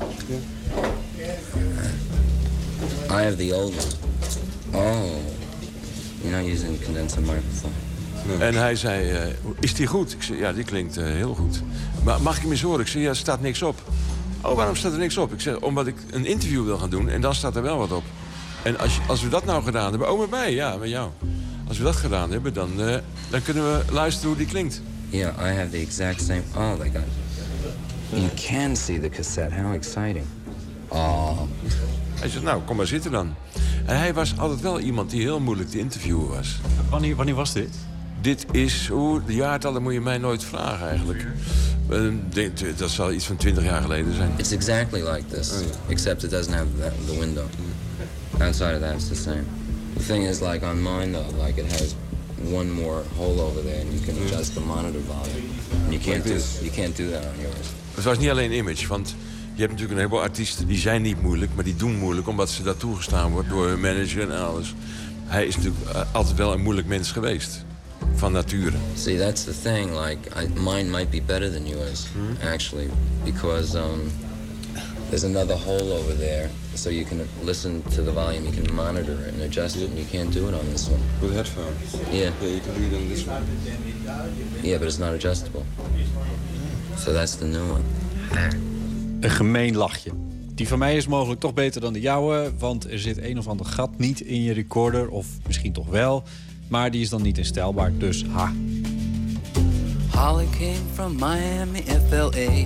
I have the old one. Oh. You're not using a condenser microphone. No. En hij zei, uh, is die goed? Ik zei, ja, die klinkt uh, heel goed. Maar mag ik hem eens horen? Ik zei, ja, er staat niks op. Oh, waarom staat er niks op? Ik zeg, omdat ik een interview wil gaan doen en dan staat er wel wat op. En als, als we dat nou gedaan hebben... Oh, met mij, ja, met jou. Als we dat gedaan hebben, dan, uh, dan kunnen we luisteren hoe die klinkt. Yeah, I have the exact same... Oh, my God. You can see the cassette. How exciting. Oh. Hij zegt, nou, kom maar zitten dan. En hij was altijd wel iemand die heel moeilijk te interviewen was. Wanneer, wanneer was dit? Dit is... Oeh, de jaartallen moet je mij nooit vragen, eigenlijk. Uh, dat zal iets van twintig jaar geleden zijn. It's exactly like this. Oh, yeah. Except it doesn't have that, the window. Outside of that, it's the same. The thing is, like on mine, though, like it has one more hole over there, and you can adjust the monitor volume. And you can't do you can't do that on yours. Het was niet alleen image, want je hebt natuurlijk een heleboel artiesten die zijn niet moeilijk, maar die doen moeilijk omdat ze dat toegestaan wordt door hun manager en alles. Hij is natuurlijk altijd wel een moeilijk mens geweest, van nature. See, that's the thing. Like, I, mine might be better than yours, hmm? actually, because um, there's another hole over there, so you can listen to the volume, you can monitor it and adjust it, and you can't do it on this one. With headphones? Yeah. Yeah, you can do it on this one. Yeah, but it's not adjustable. So that's the new one. Een gemeen lachje. Die van mij is mogelijk toch beter dan de jouwe, want er zit een of ander gat niet in je recorder, of misschien toch wel, maar die is dan niet instelbaar, dus ha. Holly came from Miami, F L A.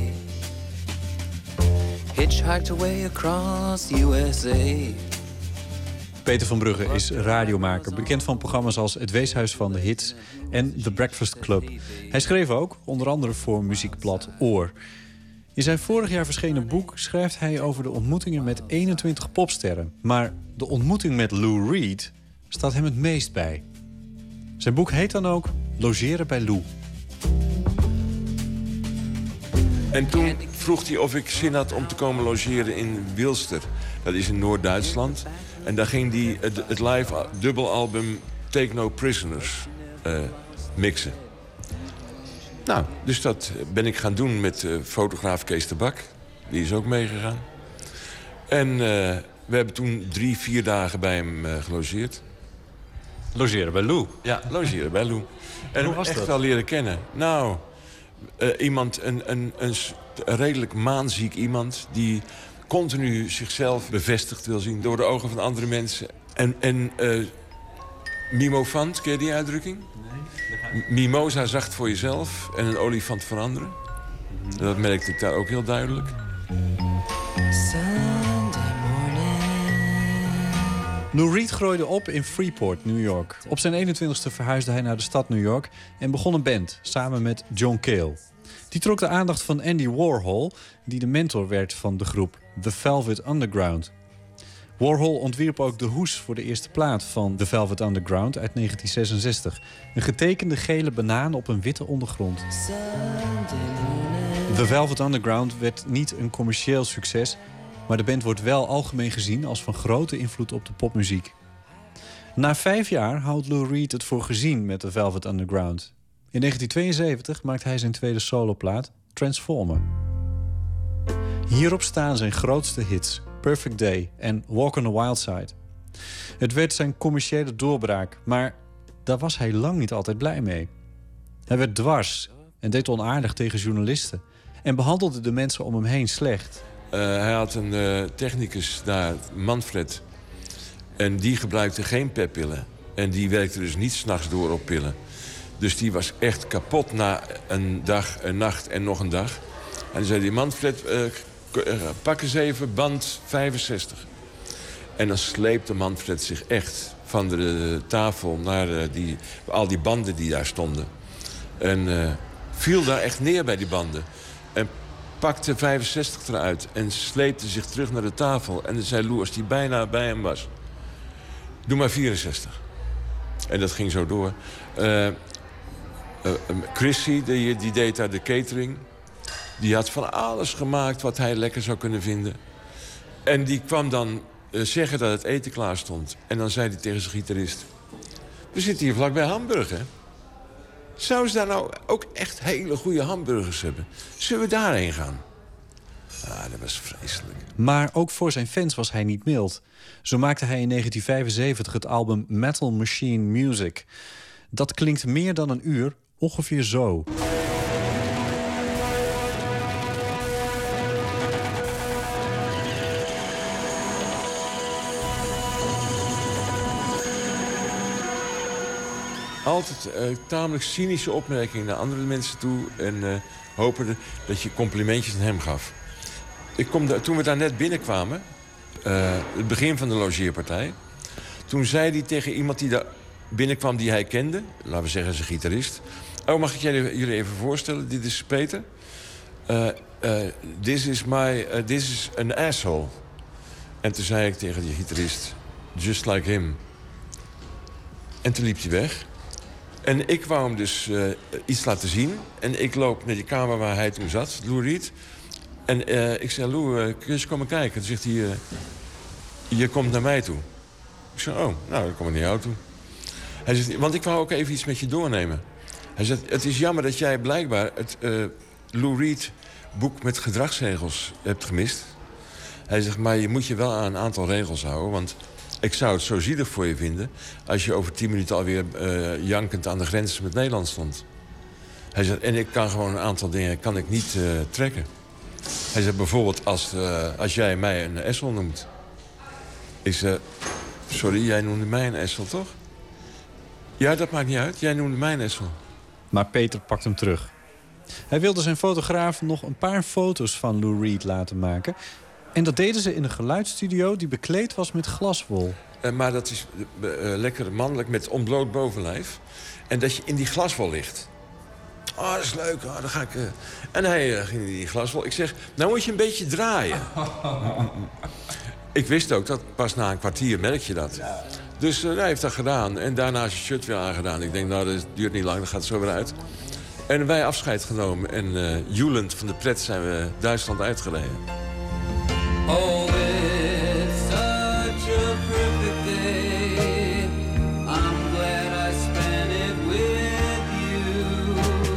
Hitchhiked away across U S A. Peter van Brugge is radiomaker, bekend van programma's als Het Weeshuis van de Hits en The Breakfast Club. Hij schreef ook, onder andere voor muziekblad Oor. In In zijn vorig jaar verschenen boek schrijft hij over de ontmoetingen met eenentwintig popsterren. Maar de ontmoeting met Lou Reed staat hem het meest bij. Zijn boek heet dan ook Logeren bij Lou. En toen vroeg hij of ik zin had om te komen logeren in Wilster. Dat is in Noord-Duitsland. En daar ging hij het, het live dubbelalbum Take No Prisoners uh, mixen. Nou, dus dat ben ik gaan doen met uh, fotograaf Kees de Bak. Die is ook meegegaan. En uh, we hebben toen drie, vier dagen bij hem uh, gelogeerd. Logeren bij Lou? Ja, logeren bij Lou. En hoe was echt dat? wel leren kennen. Nou, uh, iemand, een, een, een, een redelijk maanziek iemand... die continu zichzelf bevestigd wil zien door de ogen van andere mensen. En, en uh, mimofant, ken je die uitdrukking? Nee. Mimosa zacht voor jezelf en een olifant voor anderen. Mm-hmm. Dat merkte ik daar ook heel duidelijk. Lou Reed groeide op in Freeport, New York. Op zijn eenentwintigste verhuisde hij naar de stad New York... en begon een band, samen met John Cale. Die trok de aandacht van Andy Warhol... die de mentor werd van de groep The Velvet Underground. Warhol ontwierp ook de hoes voor de eerste plaat van The Velvet Underground uit negentien zesenzestig. Een getekende gele banaan op een witte ondergrond. The Velvet Underground werd niet een commercieel succes... maar de band wordt wel algemeen gezien als van grote invloed op de popmuziek. Na vijf jaar houdt Lou Reed het voor gezien met The Velvet Underground. In negentien tweeënzeventig maakt hij zijn tweede soloplaat, Transformer. Hierop staan zijn grootste hits, Perfect Day en Walk on the Wild Side. Het werd zijn commerciële doorbraak, maar daar was hij lang niet altijd blij mee. Hij werd dwars en deed onaardig tegen journalisten... en behandelde de mensen om hem heen slecht. Uh, hij had een uh, technicus daar, Manfred. En die gebruikte geen peppillen. En die werkte dus niet 's nachts door op pillen. Dus die was echt kapot na een dag, een nacht en nog een dag. En dan zei die Manfred, uh, pak eens even band vijfenzestig. En dan sleepte Manfred zich echt van de, de tafel naar uh, die, al die banden die daar stonden. En uh, viel daar echt neer bij die banden. En pakte vijfenzestig eruit en sleepte zich terug naar de tafel. En dan zei Lou, als die bijna bij hem was... doe maar vierenzestig. En dat ging zo door. Uh, uh, Chrissy, die, die deed daar de catering. Die had van alles gemaakt wat hij lekker zou kunnen vinden. En die kwam dan uh, zeggen dat het eten klaar stond. En dan zei hij tegen zijn gitarist... we zitten hier vlakbij Hamburg, hè? Zouden ze daar nou ook echt hele goede hamburgers hebben? Zullen we daarheen gaan? Ah, dat was vreselijk. Maar ook voor zijn fans was hij niet mild. Zo maakte hij in negentien vijfenzeventig het album Metal Machine Music. Dat klinkt meer dan een uur, ongeveer zo. Altijd uh, tamelijk cynische opmerkingen naar andere mensen toe... en uh, hopen dat je complimentjes aan hem gaf. Ik kom da- toen we daar net binnenkwamen, uh, het begin van de logeerpartij... toen zei hij tegen iemand die daar binnenkwam die hij kende... laten we zeggen zijn gitarist... oh, mag ik jullie even voorstellen? Dit is Peter. Uh, uh, this is my, uh, this is an asshole. En toen zei ik tegen die gitarist... just like him. En toen liep hij weg... En ik wou hem dus uh, iets laten zien. En ik loop naar die kamer waar hij toen zat, Lou Reed. En uh, ik zei, Lou, uh, kun je eens komen kijken? Toen zegt hij, uh, je komt naar mij toe. Ik zei, oh, nou, dan kom ik naar jou toe. Hij zegt, want ik wou ook even iets met je doornemen. Hij zegt, het is jammer dat jij blijkbaar het uh, Lou Reed boek met gedragsregels hebt gemist. Hij zegt, maar je moet je wel aan een aantal regels houden, want... ik zou het zo zielig voor je vinden... als je over tien minuten alweer uh, jankend aan de grens met Nederland stond. Hij zegt, en ik kan gewoon een aantal dingen kan ik niet uh, trekken. Hij zegt bijvoorbeeld als, uh, als jij mij een essel noemt. Ik zeg, sorry, jij noemde mij een essel, toch? Ja, dat maakt niet uit. Jij noemde mij een essel. Maar Peter pakt hem terug. Hij wilde zijn fotograaf nog een paar foto's van Lou Reed laten maken... En dat deden ze in een geluidsstudio die bekleed was met glaswol. Uh, maar dat is uh, uh, lekker mannelijk met ontbloot bovenlijf. En dat je in die glaswol ligt. Oh, dat is leuk. Oh, dan ga ik... Uh... En hij uh, ging in die glaswol. Ik zeg, nou moet je een beetje draaien. Ik wist ook dat pas na een kwartier merk je dat. Dus uh, hij heeft dat gedaan. En daarna is zijn shirt weer aangedaan. Ik denk, nou, dat duurt niet lang, dan gaat het zo weer uit. En wij afscheid genomen. En uh, joelend van de pret zijn we Duitsland uitgereden. Oh, it's such a perfect day. I'm glad I spent it with you.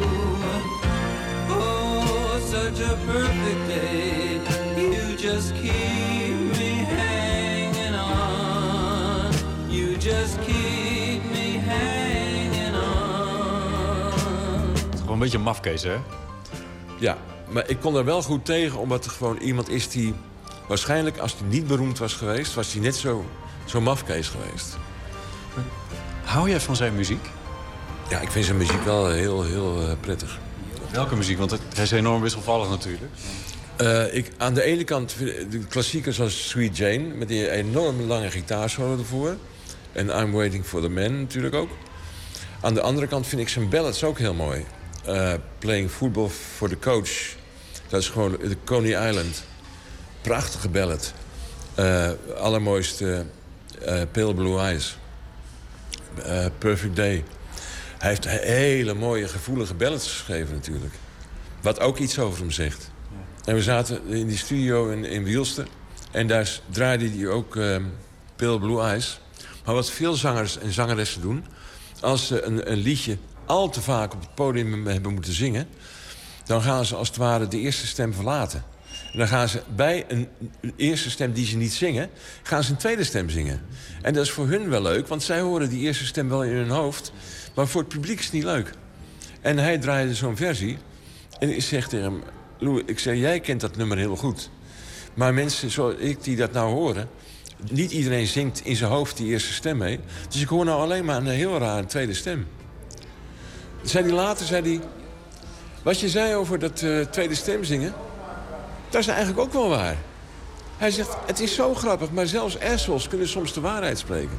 Oh, such a perfect day. You just keep me hanging on. You just keep me hanging on. Het is gewoon een beetje een mafkees, hè? Ja, maar ik kon er wel goed tegen, omdat er gewoon iemand is die... Waarschijnlijk, als hij niet beroemd was geweest, was hij net zo, zo mafkees geweest. Hou jij van zijn muziek? Ja, ik vind zijn muziek wel heel, heel uh, prettig. Welke muziek? Want het, hij is enorm wisselvallig natuurlijk. Uh, ik, aan de ene kant de klassiekers zoals Sweet Jane... met die enorm lange gitaarsolo ervoor. En I'm Waiting for the Man natuurlijk ook. Aan de andere kant vind ik zijn ballads ook heel mooi. Uh, Playing Football for the Coach. Dat is gewoon de Coney Island... Prachtige ballad. Uh, allermooiste uh, Pale Blue Eyes. Uh, Perfect Day. Hij heeft hele mooie, gevoelige ballads geschreven natuurlijk. Wat ook iets over hem zegt. Ja. En we zaten in die studio in, in Wielste. En daar draaide hij ook uh, Pale Blue Eyes. Maar wat veel zangers en zangeressen doen... als ze een, een liedje al te vaak op het podium hebben moeten zingen... dan gaan ze als het ware de eerste stem verlaten. En dan gaan ze bij een eerste stem die ze niet zingen... gaan ze een tweede stem zingen. En dat is voor hun wel leuk, want zij horen die eerste stem wel in hun hoofd. Maar voor het publiek is het niet leuk. En hij draaide zo'n versie. En ik zeg tegen hem... Lou, ik zeg, jij kent dat nummer heel goed. Maar mensen zoals ik die dat nou horen... niet iedereen zingt in zijn hoofd die eerste stem mee. Dus ik hoor nou alleen maar een heel rare tweede stem. Zei hij later, zei hij... Wat je zei over dat uh, tweede stem zingen... dat is eigenlijk ook wel waar. Hij zegt, het is zo grappig, maar zelfs assholes kunnen soms de waarheid spreken.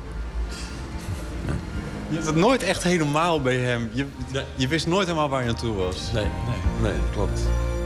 Je hebt het nooit echt helemaal bij hem. Je, nee. je wist nooit helemaal waar je aan toe was. Nee, nee, nee, klopt.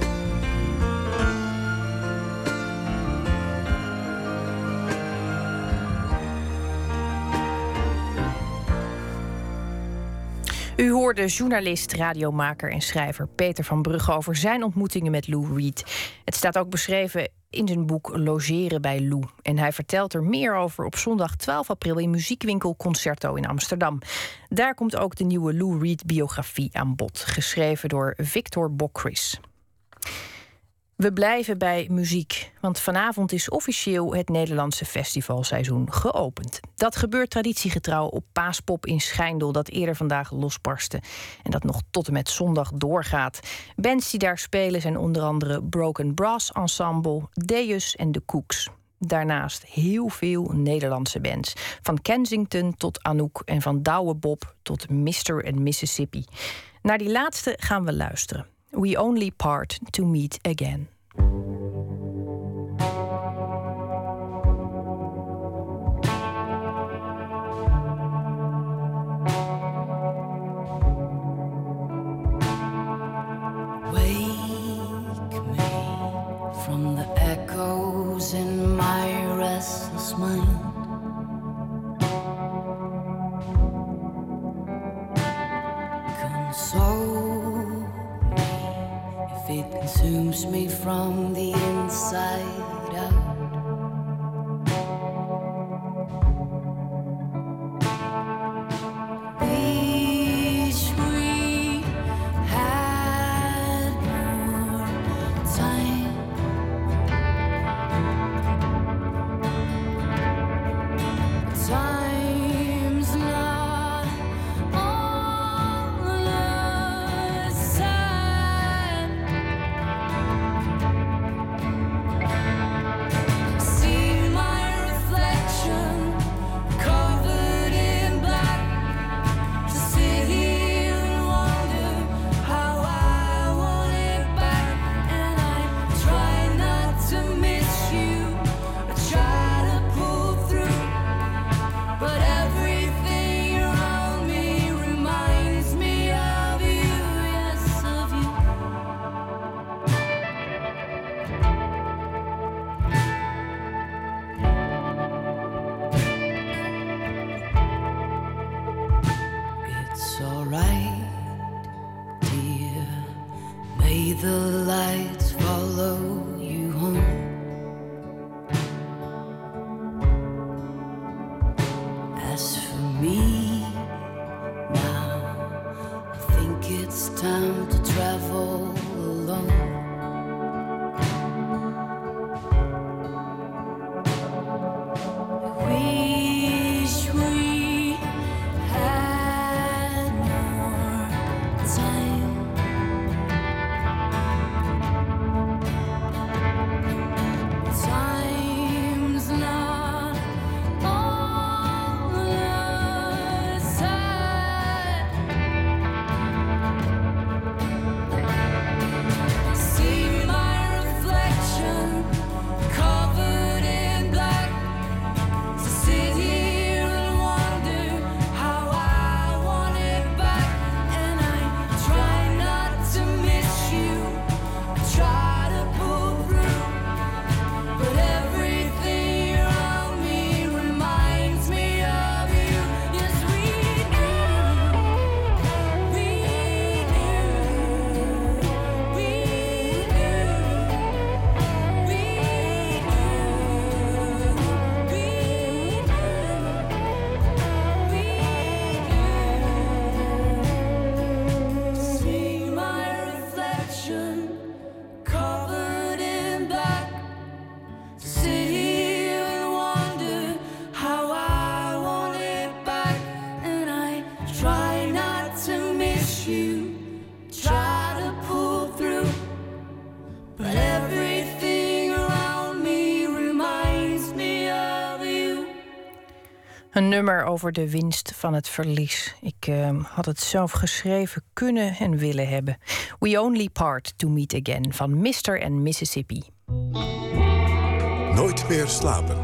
U hoorde journalist, radiomaker en schrijver Peter van Brugge over zijn ontmoetingen met Lou Reed. Het staat ook beschreven in zijn boek Logeren bij Lou. En hij vertelt er meer over op zondag twaalf april in muziekwinkel Concerto in Amsterdam. Daar komt ook de nieuwe Lou Reed biografie aan bod, geschreven door Victor Bokris. We blijven bij muziek, want vanavond is officieel het Nederlandse festivalseizoen geopend. Dat gebeurt traditiegetrouw op Paaspop in Schijndel, dat eerder vandaag losbarstte en dat nog tot en met zondag doorgaat. Bands die daar spelen zijn onder andere Broken Brass Ensemble, Deus en de Cooks. Daarnaast heel veel Nederlandse bands, van Kensington tot Anouk en van Douwe Bob tot mister en Mississippi. Naar die laatste gaan we luisteren. We only part to meet again. Wake me from the echoes in my restless mind. Console it consumes me from the inside out. Wish we had more time. Time's not on our side. the lights follow you home. As for me, now I think it's time to travel alone. Wish we had more time. Time's not on our side. See my reflection covered in black. To sit here and wonder how I want it back. And I try not to miss you. I try to pull through. But everything around me reminds me of you. Yes, we do. We do. We do. See my reflection covered in black. Sit here and wonder how I want it back. And I try not to miss you. Try to pull through. But everything around me reminds me of you. Een nummer over de winst van het verlies. Ik uh, had het zelf geschreven kunnen en willen hebben. We Only Part to Meet Again van mister en Mississippi. Nooit meer slapen.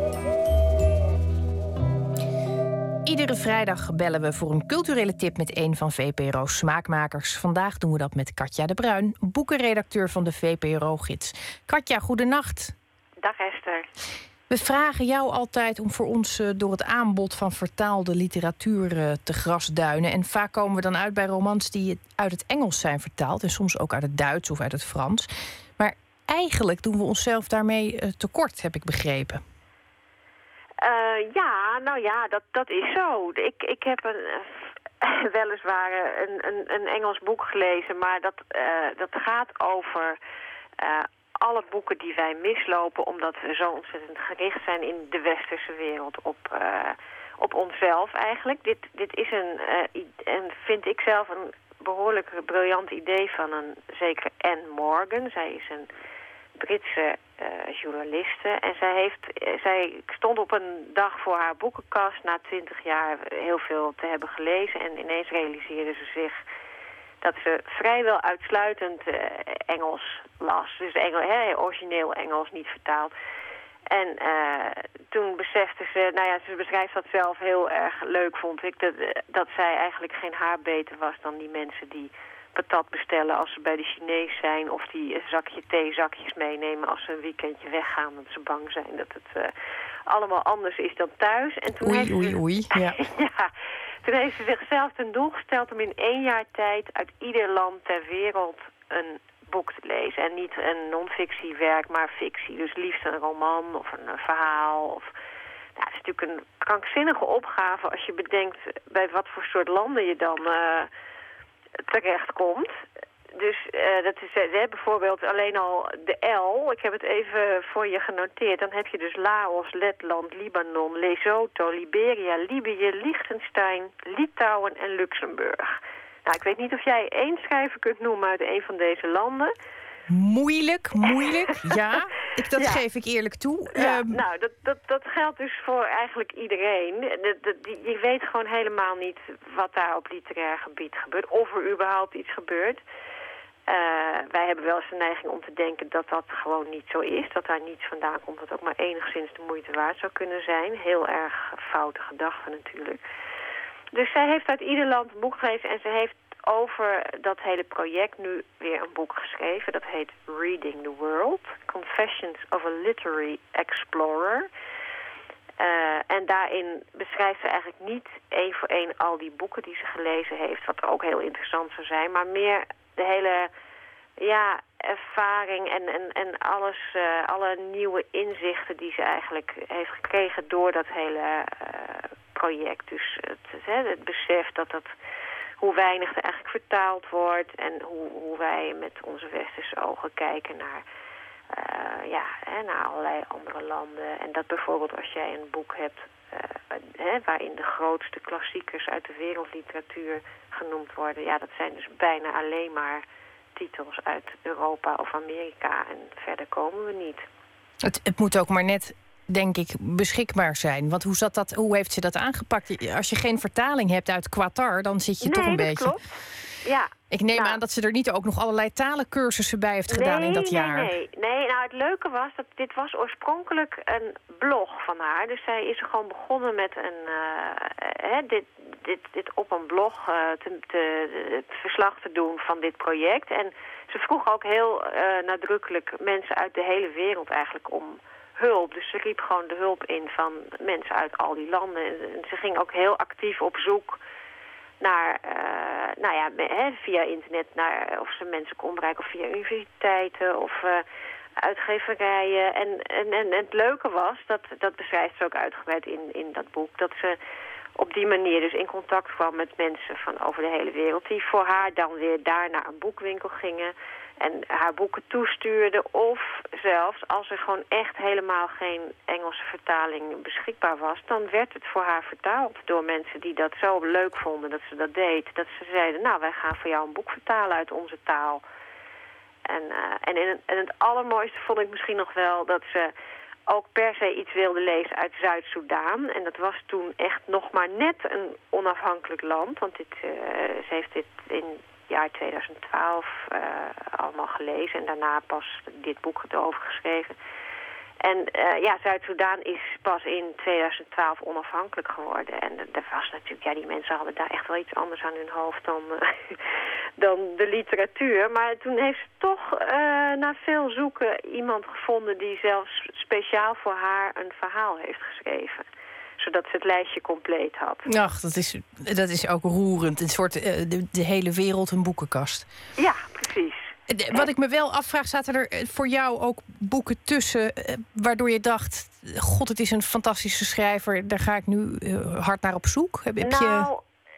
Iedere vrijdag bellen we voor een culturele tip met een van V P R O's smaakmakers. Vandaag doen we dat met Katja de Bruin, boekenredacteur van de V P R O-gids. Katja, goedenacht. Dag Esther. We vragen jou altijd om voor ons uh, door het aanbod van vertaalde literatuur uh, te grasduinen. En vaak komen we dan uit bij romans die uit het Engels zijn vertaald. En soms ook uit het Duits of uit het Frans. Maar eigenlijk doen we onszelf daarmee uh, tekort, heb ik begrepen. Uh, ja, nou ja, dat, dat is zo. Ik, ik heb een, uh, weliswaar een, een, een Engels boek gelezen, maar dat, uh, dat gaat over uh, alle boeken die wij mislopen, omdat we zo ontzettend gericht zijn in de westerse wereld op, uh, op onszelf eigenlijk. Dit, dit is een, uh, en vind ik zelf een behoorlijk briljant idee van een zekere Anne Morgan. Zij is een Britse uh, journaliste. En zij, heeft, uh, zij stond op een dag voor haar boekenkast na twintig jaar heel veel te hebben gelezen. En ineens realiseerde ze zich dat ze vrijwel uitsluitend uh, Engels las. Dus Engel, hè, origineel Engels, niet vertaald. En uh, toen besefte ze, nou ja, ze beschrijft dat zelf heel erg leuk, vond ik, dat, dat zij eigenlijk geen haar beter was dan die mensen die patat bestellen als ze bij de Chinees zijn, of die een zakje theezakjes meenemen als ze een weekendje weggaan, omdat ze bang zijn dat het uh, allemaal anders is dan thuis. En toen oei, heeft oei, ze, oei. Ja. ja, toen heeft ze zichzelf ten doel gesteld om in één jaar tijd uit ieder land ter wereld een boek te lezen. En niet een non-fictiewerk, maar fictie. Dus liefst een roman of een, een verhaal. Of, nou, het is natuurlijk een krankzinnige opgave als je bedenkt bij wat voor soort landen je dan uh, terechtkomt. Dus uh, dat is uh, bijvoorbeeld alleen al de L. Ik heb het even voor je genoteerd. Dan heb je dus Laos, Letland, Libanon, Lesotho, Liberia, Libië, Liechtenstein, Litouwen en Luxemburg. Nou, ik weet niet of jij één schrijver kunt noemen uit een van deze landen. Moeilijk, moeilijk, ja. Ik, dat ja. geef ik eerlijk toe. Ja, um, nou, dat, dat, dat geldt dus voor eigenlijk iedereen. De, de, die, je weet gewoon helemaal niet wat daar op literair gebied gebeurt. Of er überhaupt iets gebeurt. Uh, wij hebben wel eens de neiging om te denken dat dat gewoon niet zo is. Dat daar niets vandaan komt dat ook maar enigszins de moeite waard zou kunnen zijn. Heel erg foute gedachte natuurlijk. Dus zij heeft uit ieder land een boek gelezen en ze heeft over dat hele project nu weer een boek geschreven. Dat heet Reading the World, Confessions of a Literary Explorer. Uh, en daarin beschrijft ze eigenlijk niet één voor één al die boeken die ze gelezen heeft, wat ook heel interessant zou zijn, maar meer de hele ja, ervaring en, en, en alles, uh, alle nieuwe inzichten die ze eigenlijk heeft gekregen door dat hele uh, project. Dus het, het, het besef dat dat, hoe weinig er eigenlijk vertaald wordt en hoe, hoe wij met onze westerse ogen kijken naar, uh, ja, hè, naar allerlei andere landen. En dat bijvoorbeeld als jij een boek hebt uh, hè, waarin de grootste klassiekers uit de wereldliteratuur genoemd worden. Ja, dat zijn dus bijna alleen maar titels uit Europa of Amerika en verder komen we niet. Het, het moet ook maar net, denk ik, beschikbaar zijn. Want hoe, zat dat, hoe heeft ze dat aangepakt? Als je geen vertaling hebt uit Qatar, dan zit je nee, toch een dat beetje... Klopt. Ja. Ik neem nou, aan dat ze er niet ook nog allerlei talencursussen bij heeft gedaan nee, in dat nee, jaar. Nee, nee. Nou, het leuke was dat dit was oorspronkelijk een blog van haar. Dus zij is gewoon begonnen met een, uh, hè, dit, dit, dit op een blog uh, te, te, het verslag te doen van dit project. En ze vroeg ook heel uh, nadrukkelijk mensen uit de hele wereld eigenlijk om hulp. Dus ze riep gewoon de hulp in van mensen uit al die landen. En ze ging ook heel actief op zoek naar, uh, nou ja, he, via internet, naar of ze mensen kon bereiken, of via universiteiten of uh, uitgeverijen. En, en, en, en het leuke was, dat, dat beschrijft ze ook uitgebreid in, in dat boek, dat ze op die manier dus in contact kwam met mensen van over de hele wereld, die voor haar dan weer daar naar een boekwinkel gingen en haar boeken toestuurden. Of zelfs als er gewoon echt helemaal geen Engelse vertaling beschikbaar was, dan werd het voor haar vertaald door mensen die dat zo leuk vonden dat ze dat deed. Dat ze zeiden, nou, wij gaan voor jou een boek vertalen uit onze taal. En, uh, en, in het, en het allermooiste vond ik misschien nog wel dat ze ook per se iets wilde lezen uit Zuid-Soedan. En dat was toen echt nog maar net een onafhankelijk land. Want dit, uh, ze heeft dit in jaar tweeduizend twaalf uh, allemaal gelezen. En daarna pas dit boek erover geschreven. En uh, ja, Zuid-Soedan is pas in tweeduizend twaalf onafhankelijk geworden. En dat was natuurlijk, ja, die mensen hadden daar echt wel iets anders aan hun hoofd dan, uh, dan de literatuur. Maar toen heeft ze toch uh, na veel zoeken iemand gevonden die zelfs speciaal voor haar een verhaal heeft geschreven. Zodat ze het lijstje compleet had. Ach, dat is, dat is ook roerend. Een soort, uh, de, de hele wereld een boekenkast. Ja, precies. De, wat ik me wel afvraag, zaten er voor jou ook boeken tussen uh, waardoor je dacht, god, het is een fantastische schrijver, daar ga ik nu uh, hard naar op zoek? Heb, heb nou, je...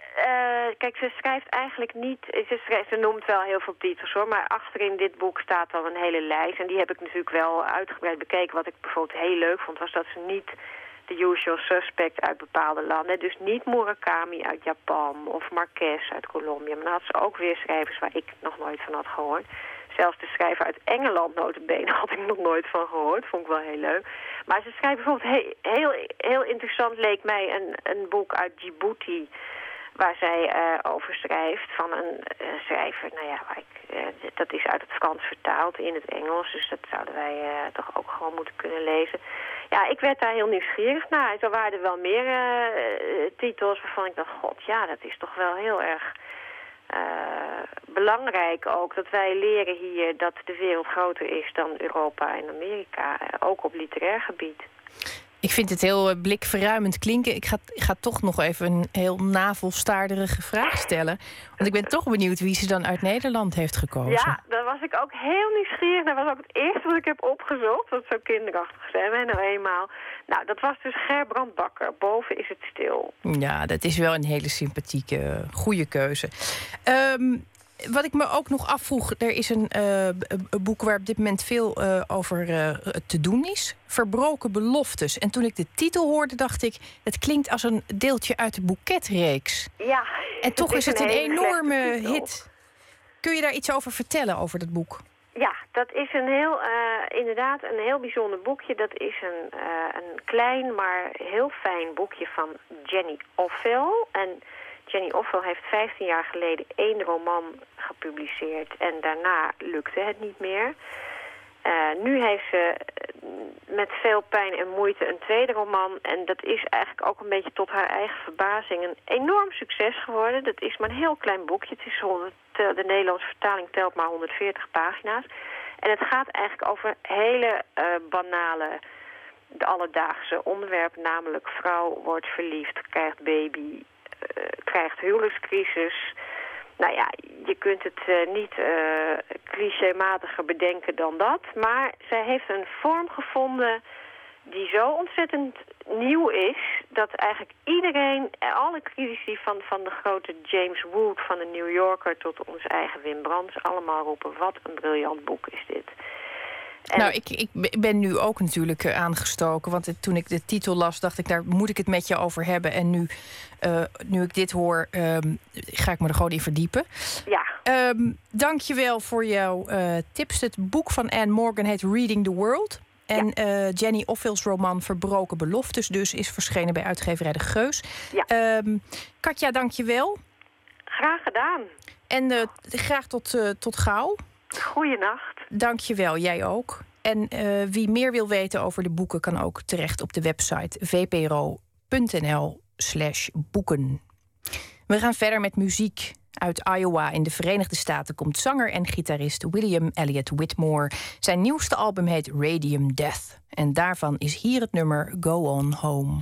uh, kijk, ze schrijft eigenlijk niet, ze, schrijft, ze noemt wel heel veel titels hoor, maar achterin dit boek staat al een hele lijst. En die heb ik natuurlijk wel uitgebreid bekeken. Wat ik bijvoorbeeld heel leuk vond, was dat ze niet de usual suspect uit bepaalde landen. Dus niet Murakami uit Japan of Marquez uit Colombia. Maar dan had ze ook weer schrijvers waar ik nog nooit van had gehoord. Zelfs de schrijver uit Engeland, nota bene, had ik nog nooit van gehoord. Vond ik wel heel leuk. Maar ze schrijft bijvoorbeeld heel, heel, heel interessant, leek mij een, een boek uit Djibouti, waar zij uh, over schrijft van een uh, schrijver, nou ja, waar ik, uh, dat is uit het Frans vertaald in het Engels, dus dat zouden wij uh, toch ook gewoon moeten kunnen lezen. Ja, ik werd daar heel nieuwsgierig naar. Er waren er wel meer uh, titels waarvan ik dacht, god, ja, dat is toch wel heel erg uh, belangrijk ook, dat wij leren hier dat de wereld groter is dan Europa en Amerika, uh, ook op literair gebied. Ik vind het heel blikverruimend klinken. Ik ga, ik ga toch nog even een heel navelstaarderige vraag stellen. Want ik ben toch benieuwd wie ze dan uit Nederland heeft gekozen. Ja, daar was ik ook heel nieuwsgierig. Dat was ook het eerste wat ik heb opgezocht. Dat zou kinderachtig zijn, hè, nou eenmaal. Nou, dat was dus Gerbrand Bakker. Boven is het stil. Ja, dat is wel een hele sympathieke, goede keuze. Um, Wat ik me ook nog afvroeg, er is een, uh, een boek waar op dit moment veel uh, over uh, te doen is. Verbroken beloftes. En toen ik de titel hoorde, dacht ik, het klinkt als een deeltje uit de Boeketreeks. Ja. En toch het is is het een, een enorme hit. hit. Kun je daar iets over vertellen, over dat boek? Ja, dat is een heel, uh, inderdaad een heel bijzonder boekje. Dat is een, uh, een klein, maar heel fijn boekje van Jenny Offill. En Jenny Offill heeft vijftien jaar geleden één roman gepubliceerd en daarna lukte het niet meer. Uh, nu heeft ze met veel pijn en moeite een tweede roman en dat is eigenlijk ook een beetje tot haar eigen verbazing een enorm succes geworden. Dat is maar een heel klein boekje. Het is honderd, de Nederlandse vertaling telt maar honderdveertig pagina's. En het gaat eigenlijk over hele uh, banale, de alledaagse onderwerpen, namelijk vrouw wordt verliefd, krijgt baby, Uh, krijgt huwelijkscrisis. Nou ja, je kunt het uh, niet uh, clichématiger bedenken dan dat. Maar zij heeft een vorm gevonden die zo ontzettend nieuw is, dat eigenlijk iedereen, alle critici van, van de grote James Wood, van de New Yorker tot onze eigen Wim Brands, allemaal roepen, wat een briljant boek is dit. En nou, ik, ik ben nu ook natuurlijk uh, aangestoken. Want het, toen ik de titel las, dacht ik, daar moet ik het met je over hebben. En nu, uh, nu ik dit hoor, um, ga ik me er gewoon in verdiepen. Ja. Um, Dank je wel voor jouw uh, tips. Het boek van Anne Morgan heet Reading the World. En ja. uh, Jenny Offill's roman Verbroken Beloftes dus is verschenen bij uitgeverij De Geus. Ja. Um, Katja, dank je wel. Graag gedaan. En uh, graag tot, uh, tot gauw. Goeienacht. Dank je wel, jij ook. En uh, wie meer wil weten over de boeken kan ook terecht op de website vpro.nl slash boeken. We gaan verder met muziek. Uit Iowa in de Verenigde Staten komt zanger en gitarist William Elliott Whitmore. Zijn nieuwste album heet Radium Death. En daarvan is hier het nummer Go On Home.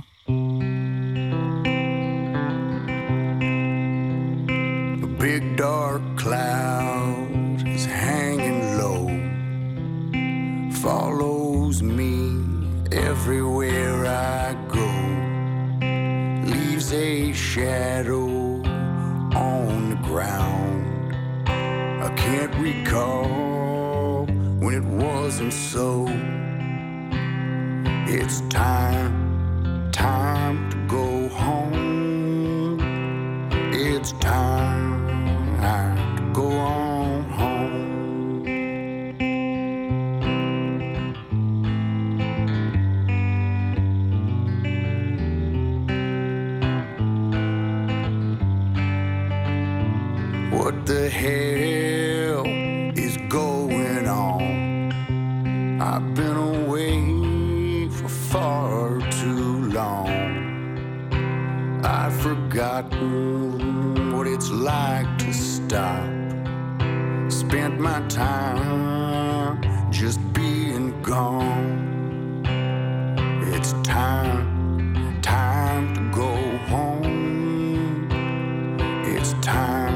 A big dark cloud is hanging low, follows me everywhere I go, leaves a shadow on the ground. I can't recall when it wasn't so. It's time, time to go home. It's time to go on home. What the hell is going on? I've been away for far too long. I've forgotten what it's like to stop. Spent my time just being gone. It's time, time to go home. It's time.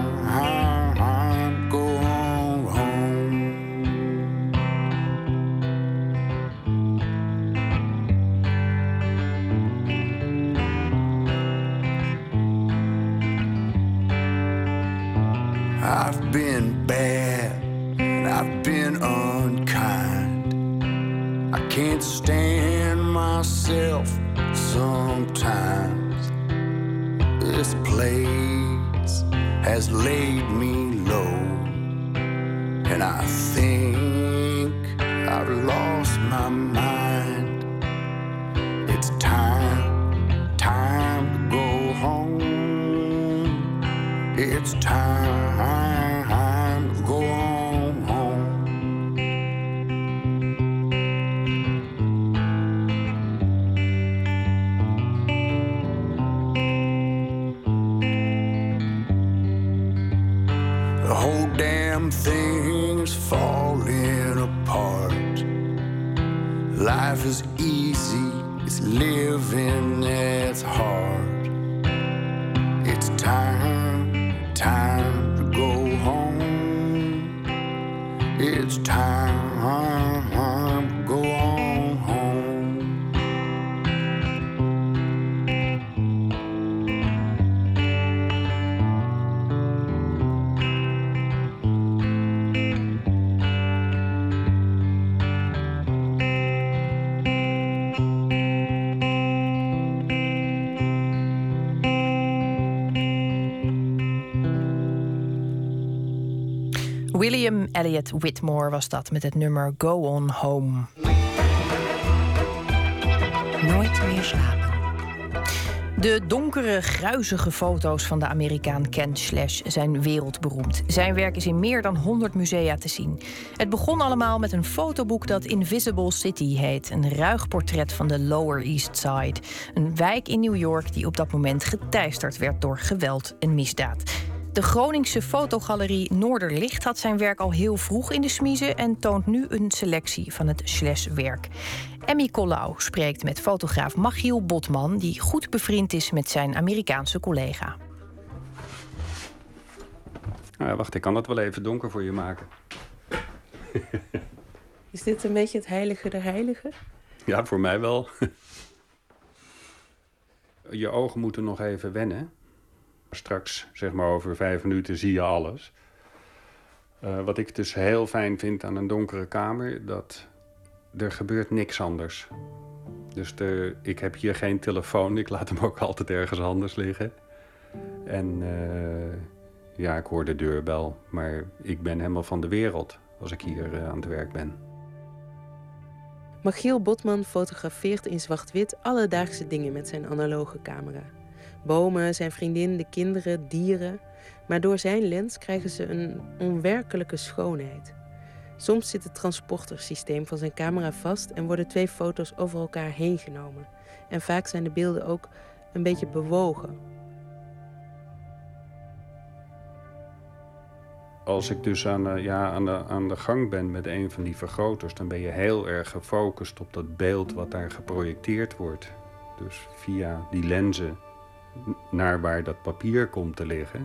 I've been bad and I've been unkind. I can't stand myself sometimes. This place has laid me low, and I think I've lost my mind. It's time, time to go home. It's time. Things falling apart. Life is easy, it's living that's hard. It's time, time to go home. It's time to go on home. William Elliott Whitmore was dat met het nummer Go On Home. Nooit meer slapen. De donkere, gruizige foto's van de Amerikaan Ken Schlesch zijn wereldberoemd. Zijn werk is in meer dan honderd musea te zien. Het begon allemaal met een fotoboek dat Invisible City heet. Een ruig portret van de Lower East Side. Een wijk in New York die op dat moment geteisterd werd door geweld en misdaad. De Groningse fotogalerie Noorderlicht had zijn werk al heel vroeg in de smiezen en toont nu een selectie van het Schlesch-werk. Emmy Collau spreekt met fotograaf Machiel Botman, die goed bevriend is met zijn Amerikaanse collega. Nou ja, wacht, ik kan dat wel even donker voor je maken. Is dit een beetje het heilige der heiligen? Ja, voor mij wel. Je ogen moeten nog even wennen. Straks, zeg maar over vijf minuten, zie je alles. Uh, wat ik dus heel fijn vind aan een donkere kamer, dat er gebeurt niks anders. Dus de, ik heb hier geen telefoon, ik laat hem ook altijd ergens anders liggen. En uh, ja, ik hoor de deurbel, maar ik ben helemaal van de wereld als ik hier uh, aan het werk ben. Michiel Botman fotografeert in zwart-wit alledaagse dingen met zijn analoge camera. Bomen, zijn vriendin, de kinderen, dieren. Maar door zijn lens krijgen ze een onwerkelijke schoonheid. Soms zit het transportersysteem van zijn camera vast en worden twee foto's over elkaar heen genomen. En vaak zijn de beelden ook een beetje bewogen. Als ik dus aan de, ja, aan, de, aan de gang ben met een van die vergroters, dan ben je heel erg gefocust op dat beeld wat daar geprojecteerd wordt. Dus via die lenzen naar waar dat papier komt te liggen.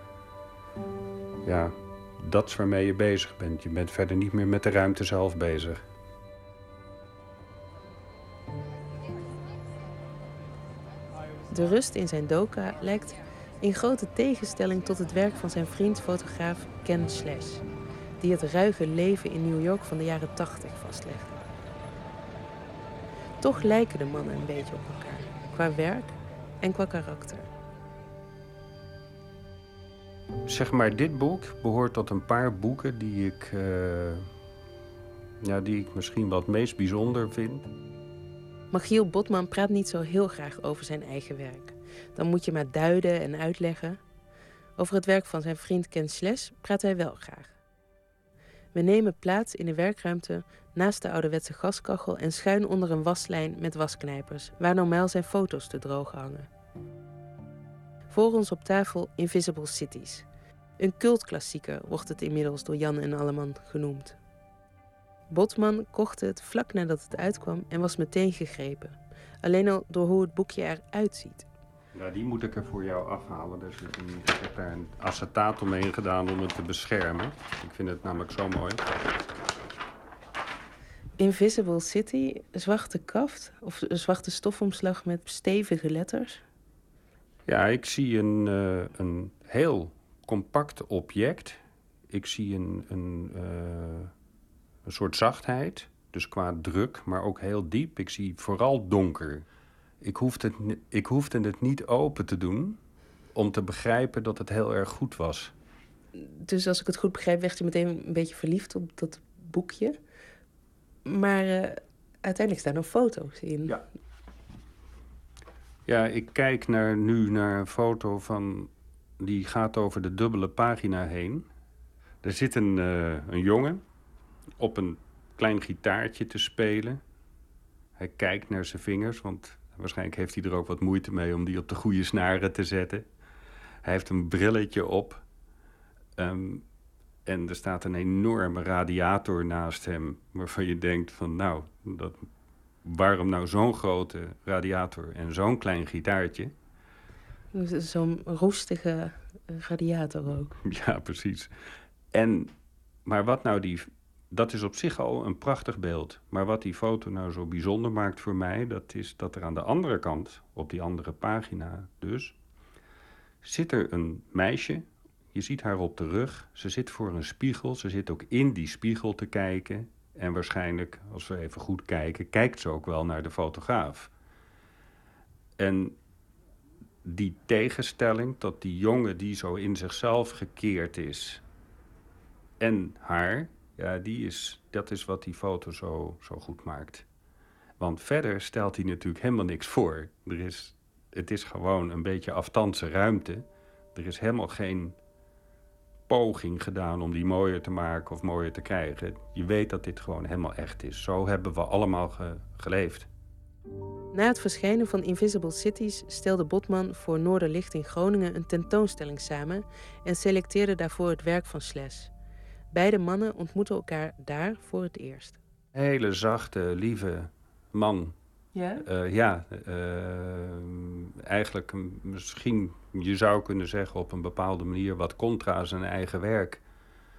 Ja, dat is waarmee je bezig bent. Je bent verder niet meer met de ruimte zelf bezig. De rust in zijn doka lijkt in grote tegenstelling tot het werk van zijn vriend fotograaf Ken Slash, die het ruige leven in New York van de jaren tachtig vastlegde. Toch lijken de mannen een beetje op elkaar, qua werk en qua karakter. Zeg maar, dit boek behoort tot een paar boeken die ik, uh, ja, die ik misschien wel het meest bijzonder vind. Michiel Botman praat niet zo heel graag over zijn eigen werk. Dan moet je maar duiden en uitleggen. Over het werk van zijn vriend Ken Slash praat hij wel graag. We nemen plaats in de werkruimte naast de ouderwetse gaskachel en schuin onder een waslijn met wasknijpers, waar normaal zijn foto's te droog hangen. Voor ons op tafel Invisible Cities. Een cultklassieker wordt het inmiddels door Jan en Alleman genoemd. Botman kocht het vlak nadat het uitkwam en was meteen gegrepen. Alleen al door hoe het boekje eruit ziet. Ja, die moet ik er voor jou afhalen. Dus ik heb daar een acetaat omheen gedaan om het te beschermen. Ik vind het namelijk zo mooi. Invisible City, zwarte kaft of een zwarte stofomslag met stevige letters. Ja, ik zie een, uh, een heel compact object. Ik zie een, een, uh, een soort zachtheid, dus qua druk, maar ook heel diep. Ik zie vooral donker. Ik hoefde, het, ik hoefde het niet open te doen om te begrijpen dat het heel erg goed was. Dus als ik het goed begrijp, werd je meteen een beetje verliefd op dat boekje. Maar uh, uiteindelijk staan er foto's in. Ja. Ja, ik kijk naar, nu naar een foto van, die gaat over de dubbele pagina heen. Er zit een, uh, een jongen op een klein gitaartje te spelen. Hij kijkt naar zijn vingers, want waarschijnlijk heeft hij er ook wat moeite mee om die op de goede snaren te zetten. Hij heeft een brilletje op. Um, en er staat een enorme radiator naast hem, waarvan je denkt van nou, dat, waarom nou zo'n grote radiator en zo'n klein gitaartje? Zo'n roestige radiator ook. Ja, precies. En, maar wat nou die... Dat is op zich al een prachtig beeld. Maar wat die foto nou zo bijzonder maakt voor mij, dat is dat er aan de andere kant, op die andere pagina dus, zit er een meisje. Je ziet haar op de rug. Ze zit voor een spiegel. Ze zit ook in die spiegel te kijken. En waarschijnlijk, als we even goed kijken, kijkt ze ook wel naar de fotograaf. En die tegenstelling tot die jongen die zo in zichzelf gekeerd is en haar, ja, die is, dat is wat die foto zo, zo goed maakt. Want verder stelt hij natuurlijk helemaal niks voor. Er is, het is gewoon een beetje afstandse ruimte. Er is helemaal geen poging gedaan om die mooier te maken of mooier te krijgen. Je weet dat dit gewoon helemaal echt is. Zo hebben we allemaal ge, geleefd. Na het verschijnen van Invisible Cities stelde Botman voor Noorderlicht in Groningen een tentoonstelling samen en selecteerde daarvoor het werk van Slash. Beide mannen ontmoeten elkaar daar voor het eerst. Hele zachte, lieve man. Ja? Uh, ja, uh, eigenlijk misschien, je zou kunnen zeggen op een bepaalde manier wat contra zijn eigen werk.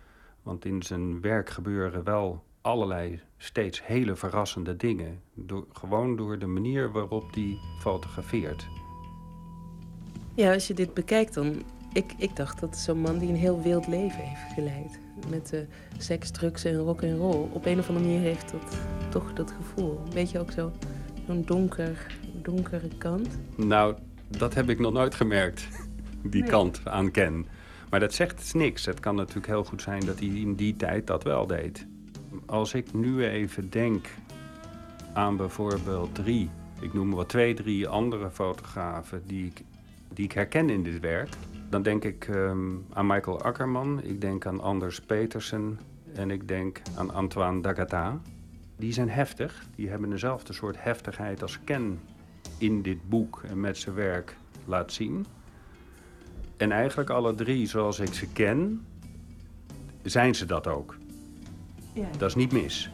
Want in zijn werk gebeuren wel allerlei steeds hele verrassende dingen. Door, gewoon door de manier waarop hij fotografeert. Ja, als je dit bekijkt dan... Ik, ik dacht dat zo'n man die een heel wild leven heeft geleid. Met uh, seks, drugs en rock'n'roll. Op een of andere manier heeft dat toch dat gevoel. Weet je ook zo, zo'n donker, donkere kant? Nou, dat heb ik nog nooit gemerkt. Die nee. kant aan Ken. Maar dat zegt niks. Het kan natuurlijk heel goed zijn dat hij in die tijd dat wel deed. Als ik nu even denk aan bijvoorbeeld drie... ik noem maar wat twee, drie andere fotografen die ik, die ik herken in dit werk... dan denk ik um, aan Michael Ackerman, ik denk aan Anders Petersen... en ik denk aan Antoine Dagata. Die zijn heftig, die hebben dezelfde soort heftigheid als Ken in dit boek en met zijn werk laat zien. En eigenlijk alle drie, zoals ik ze ken, zijn ze dat ook. Ja. Dat is niet mis.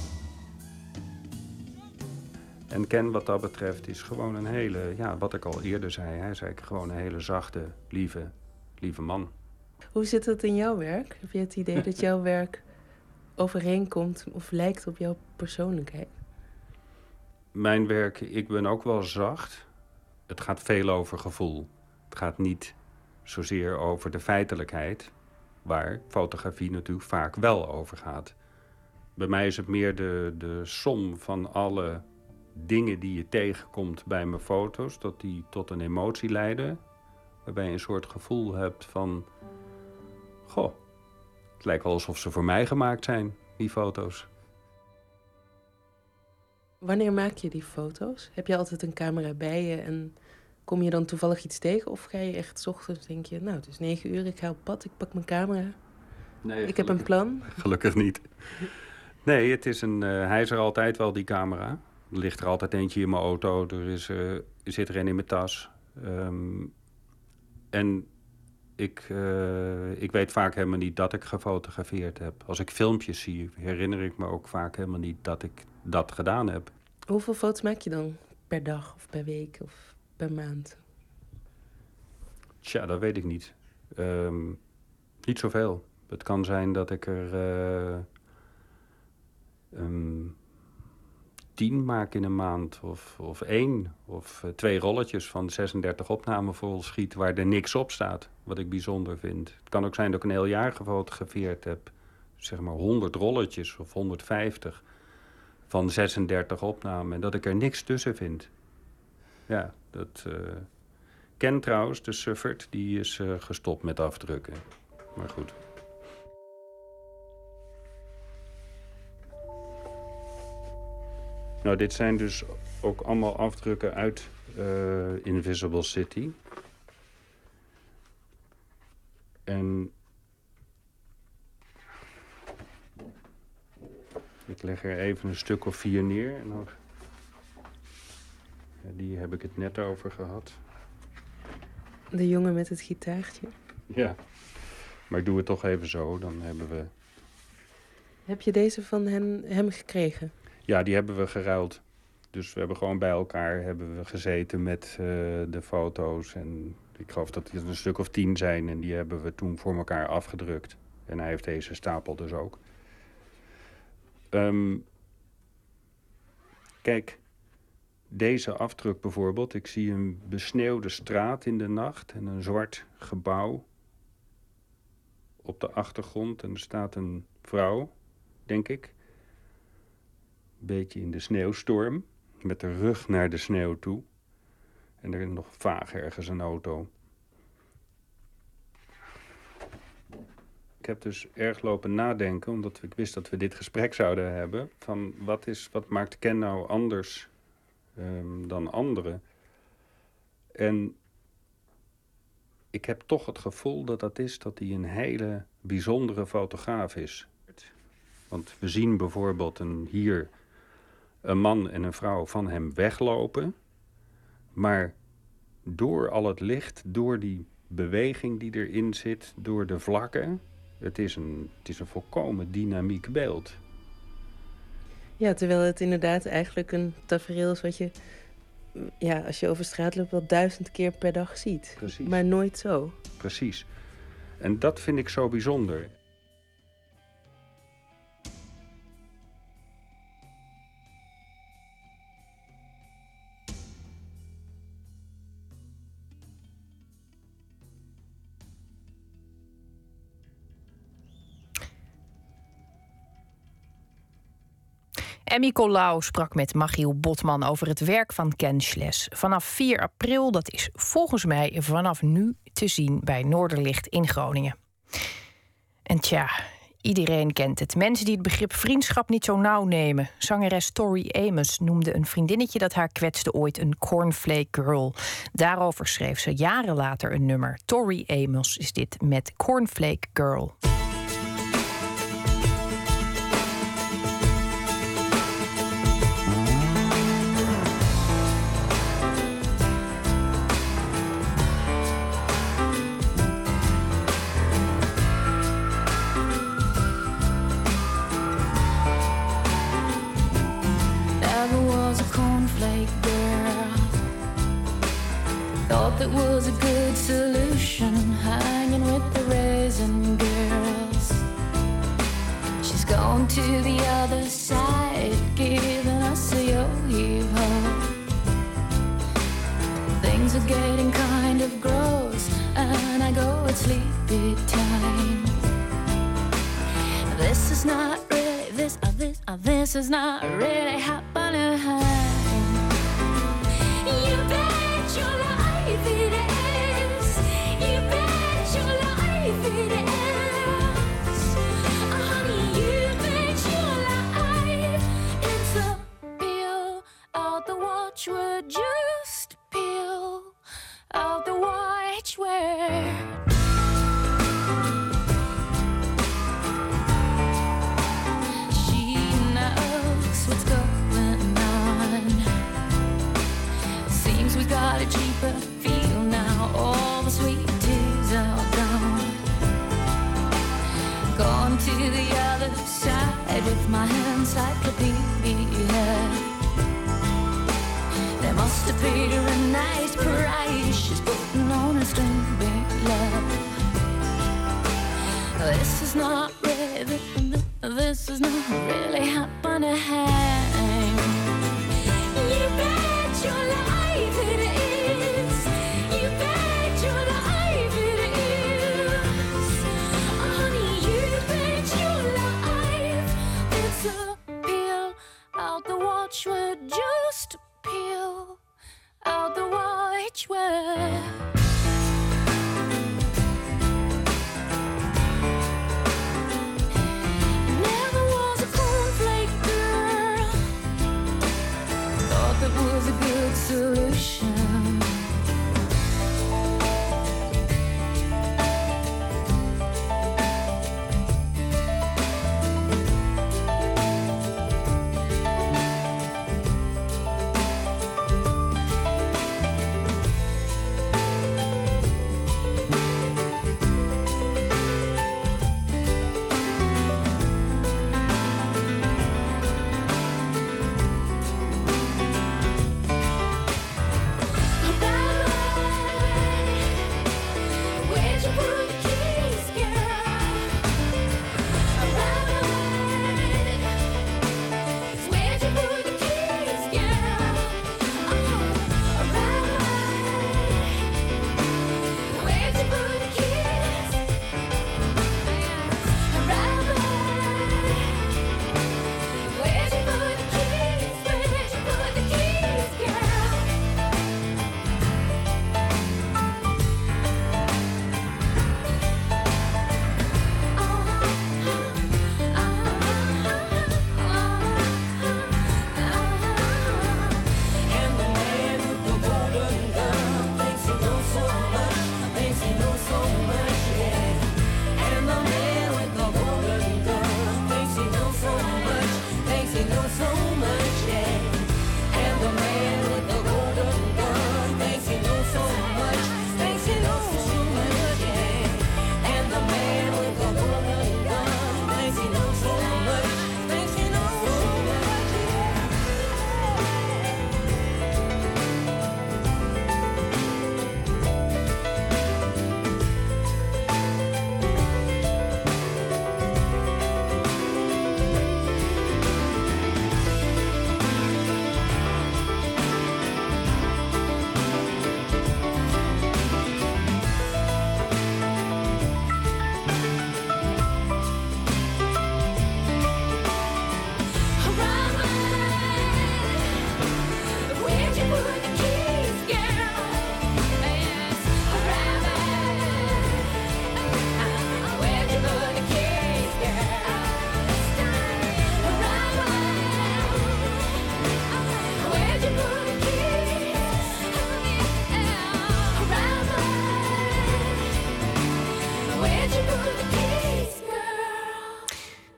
En Ken wat dat betreft is gewoon een hele, ja, wat ik al eerder zei, hij is eigenlijk gewoon een hele zachte, lieve, lieve man. Hoe zit het in jouw werk? Heb je het idee dat jouw werk overeenkomt of lijkt op jouw persoonlijkheid? Mijn werk, ik ben ook wel zacht. Het gaat veel over gevoel. Het gaat niet zozeer over de feitelijkheid, waar fotografie natuurlijk vaak wel over gaat. Bij mij is het meer de, de som van alle dingen die je tegenkomt bij mijn foto's, dat die tot een emotie leiden, waarbij je een soort gevoel hebt van, goh, het lijkt wel alsof ze voor mij gemaakt zijn, die foto's. Wanneer maak je die foto's? Heb je altijd een camera bij je en kom je dan toevallig iets tegen? Of ga je echt 's ochtends, denk je, nou, het is negen uur, ik ga op pad, ik pak mijn camera. Nee, ik heb een plan. Gelukkig niet. Nee, het is een, uh, hij is er altijd wel, die camera. Er ligt er altijd eentje in mijn auto, er, is, uh, er zit er een in mijn tas. Um, en ik, uh, ik weet vaak helemaal niet dat ik gefotografeerd heb. Als ik filmpjes zie, herinner ik me ook vaak helemaal niet dat ik dat gedaan heb. Hoeveel foto's maak je dan per dag of per week of per maand? Tja, dat weet ik niet. Um, niet zoveel. Het kan zijn dat ik er uh, um, tien maak in een maand. Of, of één. Of uh, twee rolletjes van zesendertig opnamen vol schiet waar er niks op staat. Wat ik bijzonder vind. Het kan ook zijn dat ik een heel jaar gefotografeerd heb. Zeg maar honderd rolletjes of honderdvijftig. Van zesendertig opnamen. En dat ik er niks tussen vind. Ja, dat... Uh, Ken trouwens, de suffert, die is uh, gestopt met afdrukken. Maar goed. Nou, dit zijn dus ook allemaal afdrukken uit uh, Invisible City. En ik leg er even een stuk of vier neer. En dan... ja, die heb ik het net over gehad. De jongen met het gitaartje. Ja, maar ik doe het toch even zo, dan hebben we... Heb je deze van hen, hem gekregen? Ja, die hebben we geruild. Dus we hebben gewoon bij elkaar hebben we gezeten met uh, de foto's. En ik geloof dat het een stuk of tien zijn. En die hebben we toen voor elkaar afgedrukt. En hij heeft deze stapel dus ook. Um, kijk, deze afdruk bijvoorbeeld. Ik zie een besneeuwde straat in de nacht. En een zwart gebouw op de achtergrond. En er staat een vrouw, denk ik. Een beetje in de sneeuwstorm. Met de rug naar de sneeuw toe. En er is nog vaag ergens een auto. Ik heb dus erg lopen nadenken, omdat ik wist dat we dit gesprek zouden hebben. Van wat, is, wat maakt Ken nou anders um, dan anderen? En ik heb toch het gevoel dat dat is dat hij een hele bijzondere fotograaf is. Want we zien bijvoorbeeld een, hier een man en een vrouw van hem weglopen. Maar door al het licht, door die beweging die erin zit, door de vlakken... Het is een, het is een volkomen dynamiek beeld. Ja, terwijl het inderdaad eigenlijk een tafereel is wat je... ja, als je over straat loopt wel duizend keer per dag ziet. Precies. Maar nooit zo. Precies. En dat vind ik zo bijzonder. Emmy Colau sprak met Machiel Botman over het werk van Ken Schles. Vanaf vier april, dat is volgens mij vanaf nu te zien bij Noorderlicht in Groningen. En tja, iedereen kent het. Mensen die het begrip vriendschap niet zo nauw nemen. Zangeres Tori Amos noemde een vriendinnetje dat haar kwetste ooit een cornflake girl. Daarover schreef ze jaren later een nummer. Tori Amos is dit met Cornflake Girl. Thought that was a good solution, hanging with the raisin girls. She's gone to the other side, giving us a yo-yo. Things are getting kind of gross, and I go at sleepy time. This is not really, this, uh, this, uh, this is not really happening. You bet your life it is. You bet your life it is. Honey, you bet your life it's a peel out the watchword. Just peel out the watchword. She knows what's going on. Seems we got a cheaper feel now. All the sweet teas are gone. Gone to the other side with my encyclopedia. They must have paid her a nice price. She's putting on a string big love. This is not really, this is not really happening. You bet your life it is. You bet your life it is. Honey, you bet your life it's a peel out the watchword. Just peel out the watchword. Never was a cornflake girl. Thought that was a good solution.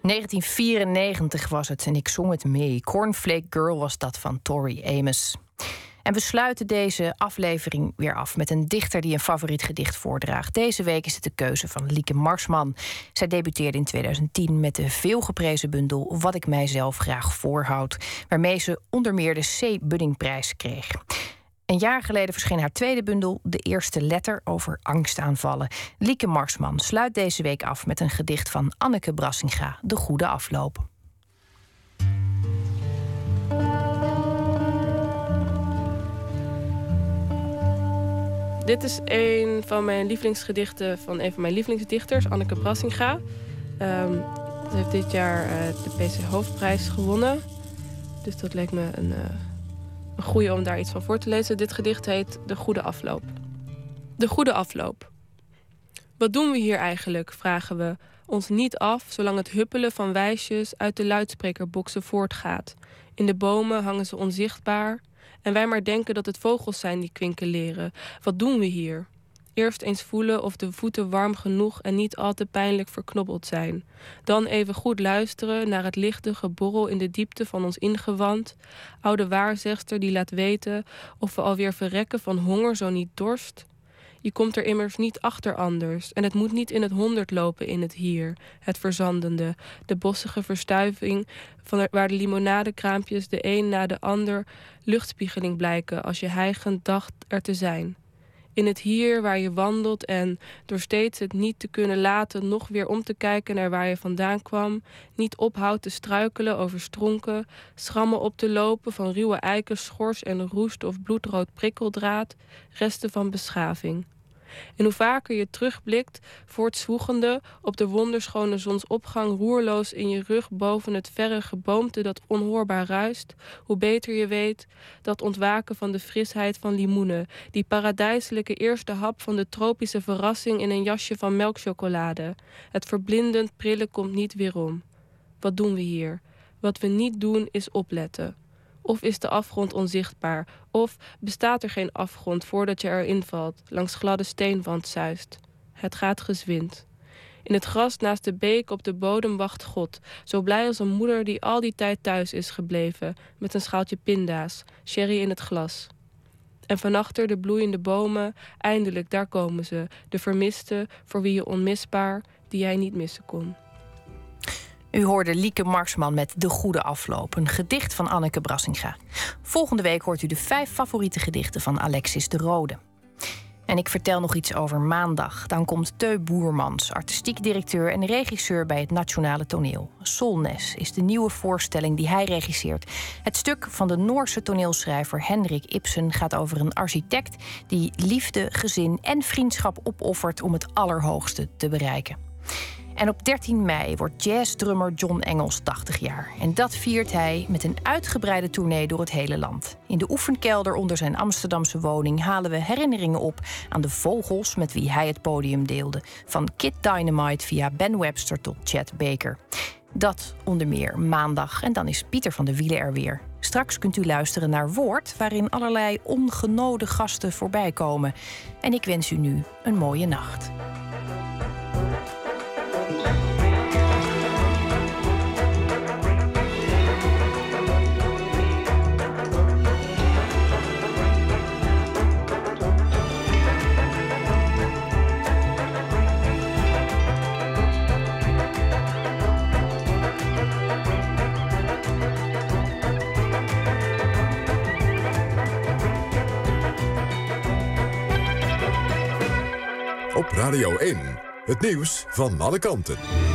negentien vierennegentig was het en ik zong het mee. Cornflake Girl was dat van Tori Amos. En we sluiten deze aflevering weer af met een dichter die een favoriet gedicht voordraagt. Deze week is het de keuze van Lieke Marsman. Zij debuteerde in tweeduizend tien met de veelgeprezen bundel Wat ik mijzelf graag voorhoud, waarmee ze onder meer de C. Buddingprijs kreeg. Een jaar geleden verscheen haar tweede bundel, De Eerste Letter, over angstaanvallen. Lieke Marsman sluit deze week af met een gedicht van Anneke Brassinga, De Goede Afloop. Dit is een van mijn lievelingsgedichten van een van mijn lievelingsdichters, Anneke Brassinga. Um, ze heeft dit jaar uh, de P C Hoofdprijs gewonnen. Dus dat leek me een, uh, een goeie om daar iets van voor te lezen. Dit gedicht heet De Goede Afloop. De Goede Afloop. Wat doen we hier eigenlijk, vragen we ons niet af, zolang het huppelen van wijsjes uit de luidsprekerboxen voortgaat. In de bomen hangen ze onzichtbaar en wij maar denken dat het vogels zijn die kwinkeleren. Wat doen we hier? Eerst eens voelen of de voeten warm genoeg en niet al te pijnlijk verknobbeld zijn. Dan even goed luisteren naar het lichte geborrel in de diepte van ons ingewand. Oude waarzegster die laat weten of we alweer verrekken van honger, zo niet dorst. Je komt er immers niet achter anders. En het moet niet in het honderd lopen in het hier. Het verzandende. De bossige verstuiving van er, waar de limonadekraampjes de een na de ander luchtspiegeling blijken als je hijgend dacht er te zijn. In het hier waar je wandelt en door steeds het niet te kunnen laten nog weer om te kijken naar waar je vandaan kwam, niet ophoudt te struikelen over stronken, schrammen op te lopen van ruwe eiken, schors en roest of bloedrood prikkeldraad, resten van beschaving. En hoe vaker je terugblikt, voortzwoegende op de wonderschone zonsopgang roerloos in je rug boven het verre geboomte dat onhoorbaar ruist, hoe beter je weet dat ontwaken van de frisheid van limoenen, die paradijselijke eerste hap van de tropische verrassing in een jasje van melkchocolade. Het verblindend prille komt niet weerom. Wat doen we hier? Wat we niet doen is opletten. Of is de afgrond onzichtbaar? Of bestaat er geen afgrond voordat je erin valt, langs gladde steenwand zuist? Het gaat gezwind. In het gras naast de beek op de bodem wacht God, zo blij als een moeder die al die tijd thuis is gebleven, met een schaaltje pinda's, sherry in het glas. En vanachter de bloeiende bomen, eindelijk daar komen ze, de vermiste, voor wie je onmisbaar, die jij niet missen kon. U hoorde Lieke Marsman met De Goede Afloop, een gedicht van Anneke Brassinga. Volgende week hoort u de vijf favoriete gedichten van Alexis de Rode. En ik vertel nog iets over maandag. Dan komt Teu Boermans, artistiek directeur en regisseur bij het Nationale Toneel. Solnes is de nieuwe voorstelling die hij regisseert. Het stuk van de Noorse toneelschrijver Henrik Ibsen gaat over een architect die liefde, gezin en vriendschap opoffert om het allerhoogste te bereiken. En op dertien mei wordt jazzdrummer John Engels tachtig jaar. En dat viert hij met een uitgebreide tournee door het hele land. In de oefenkelder onder zijn Amsterdamse woning halen we herinneringen op aan de vogels met wie hij het podium deelde. Van Kid Dynamite via Ben Webster tot Chet Baker. Dat onder meer maandag en dan is Pieter van der Wielen er weer. Straks kunt u luisteren naar Woord, waarin allerlei ongenode gasten voorbij komen. En ik wens u nu een mooie nacht. Op Radio één, het nieuws van alle kanten.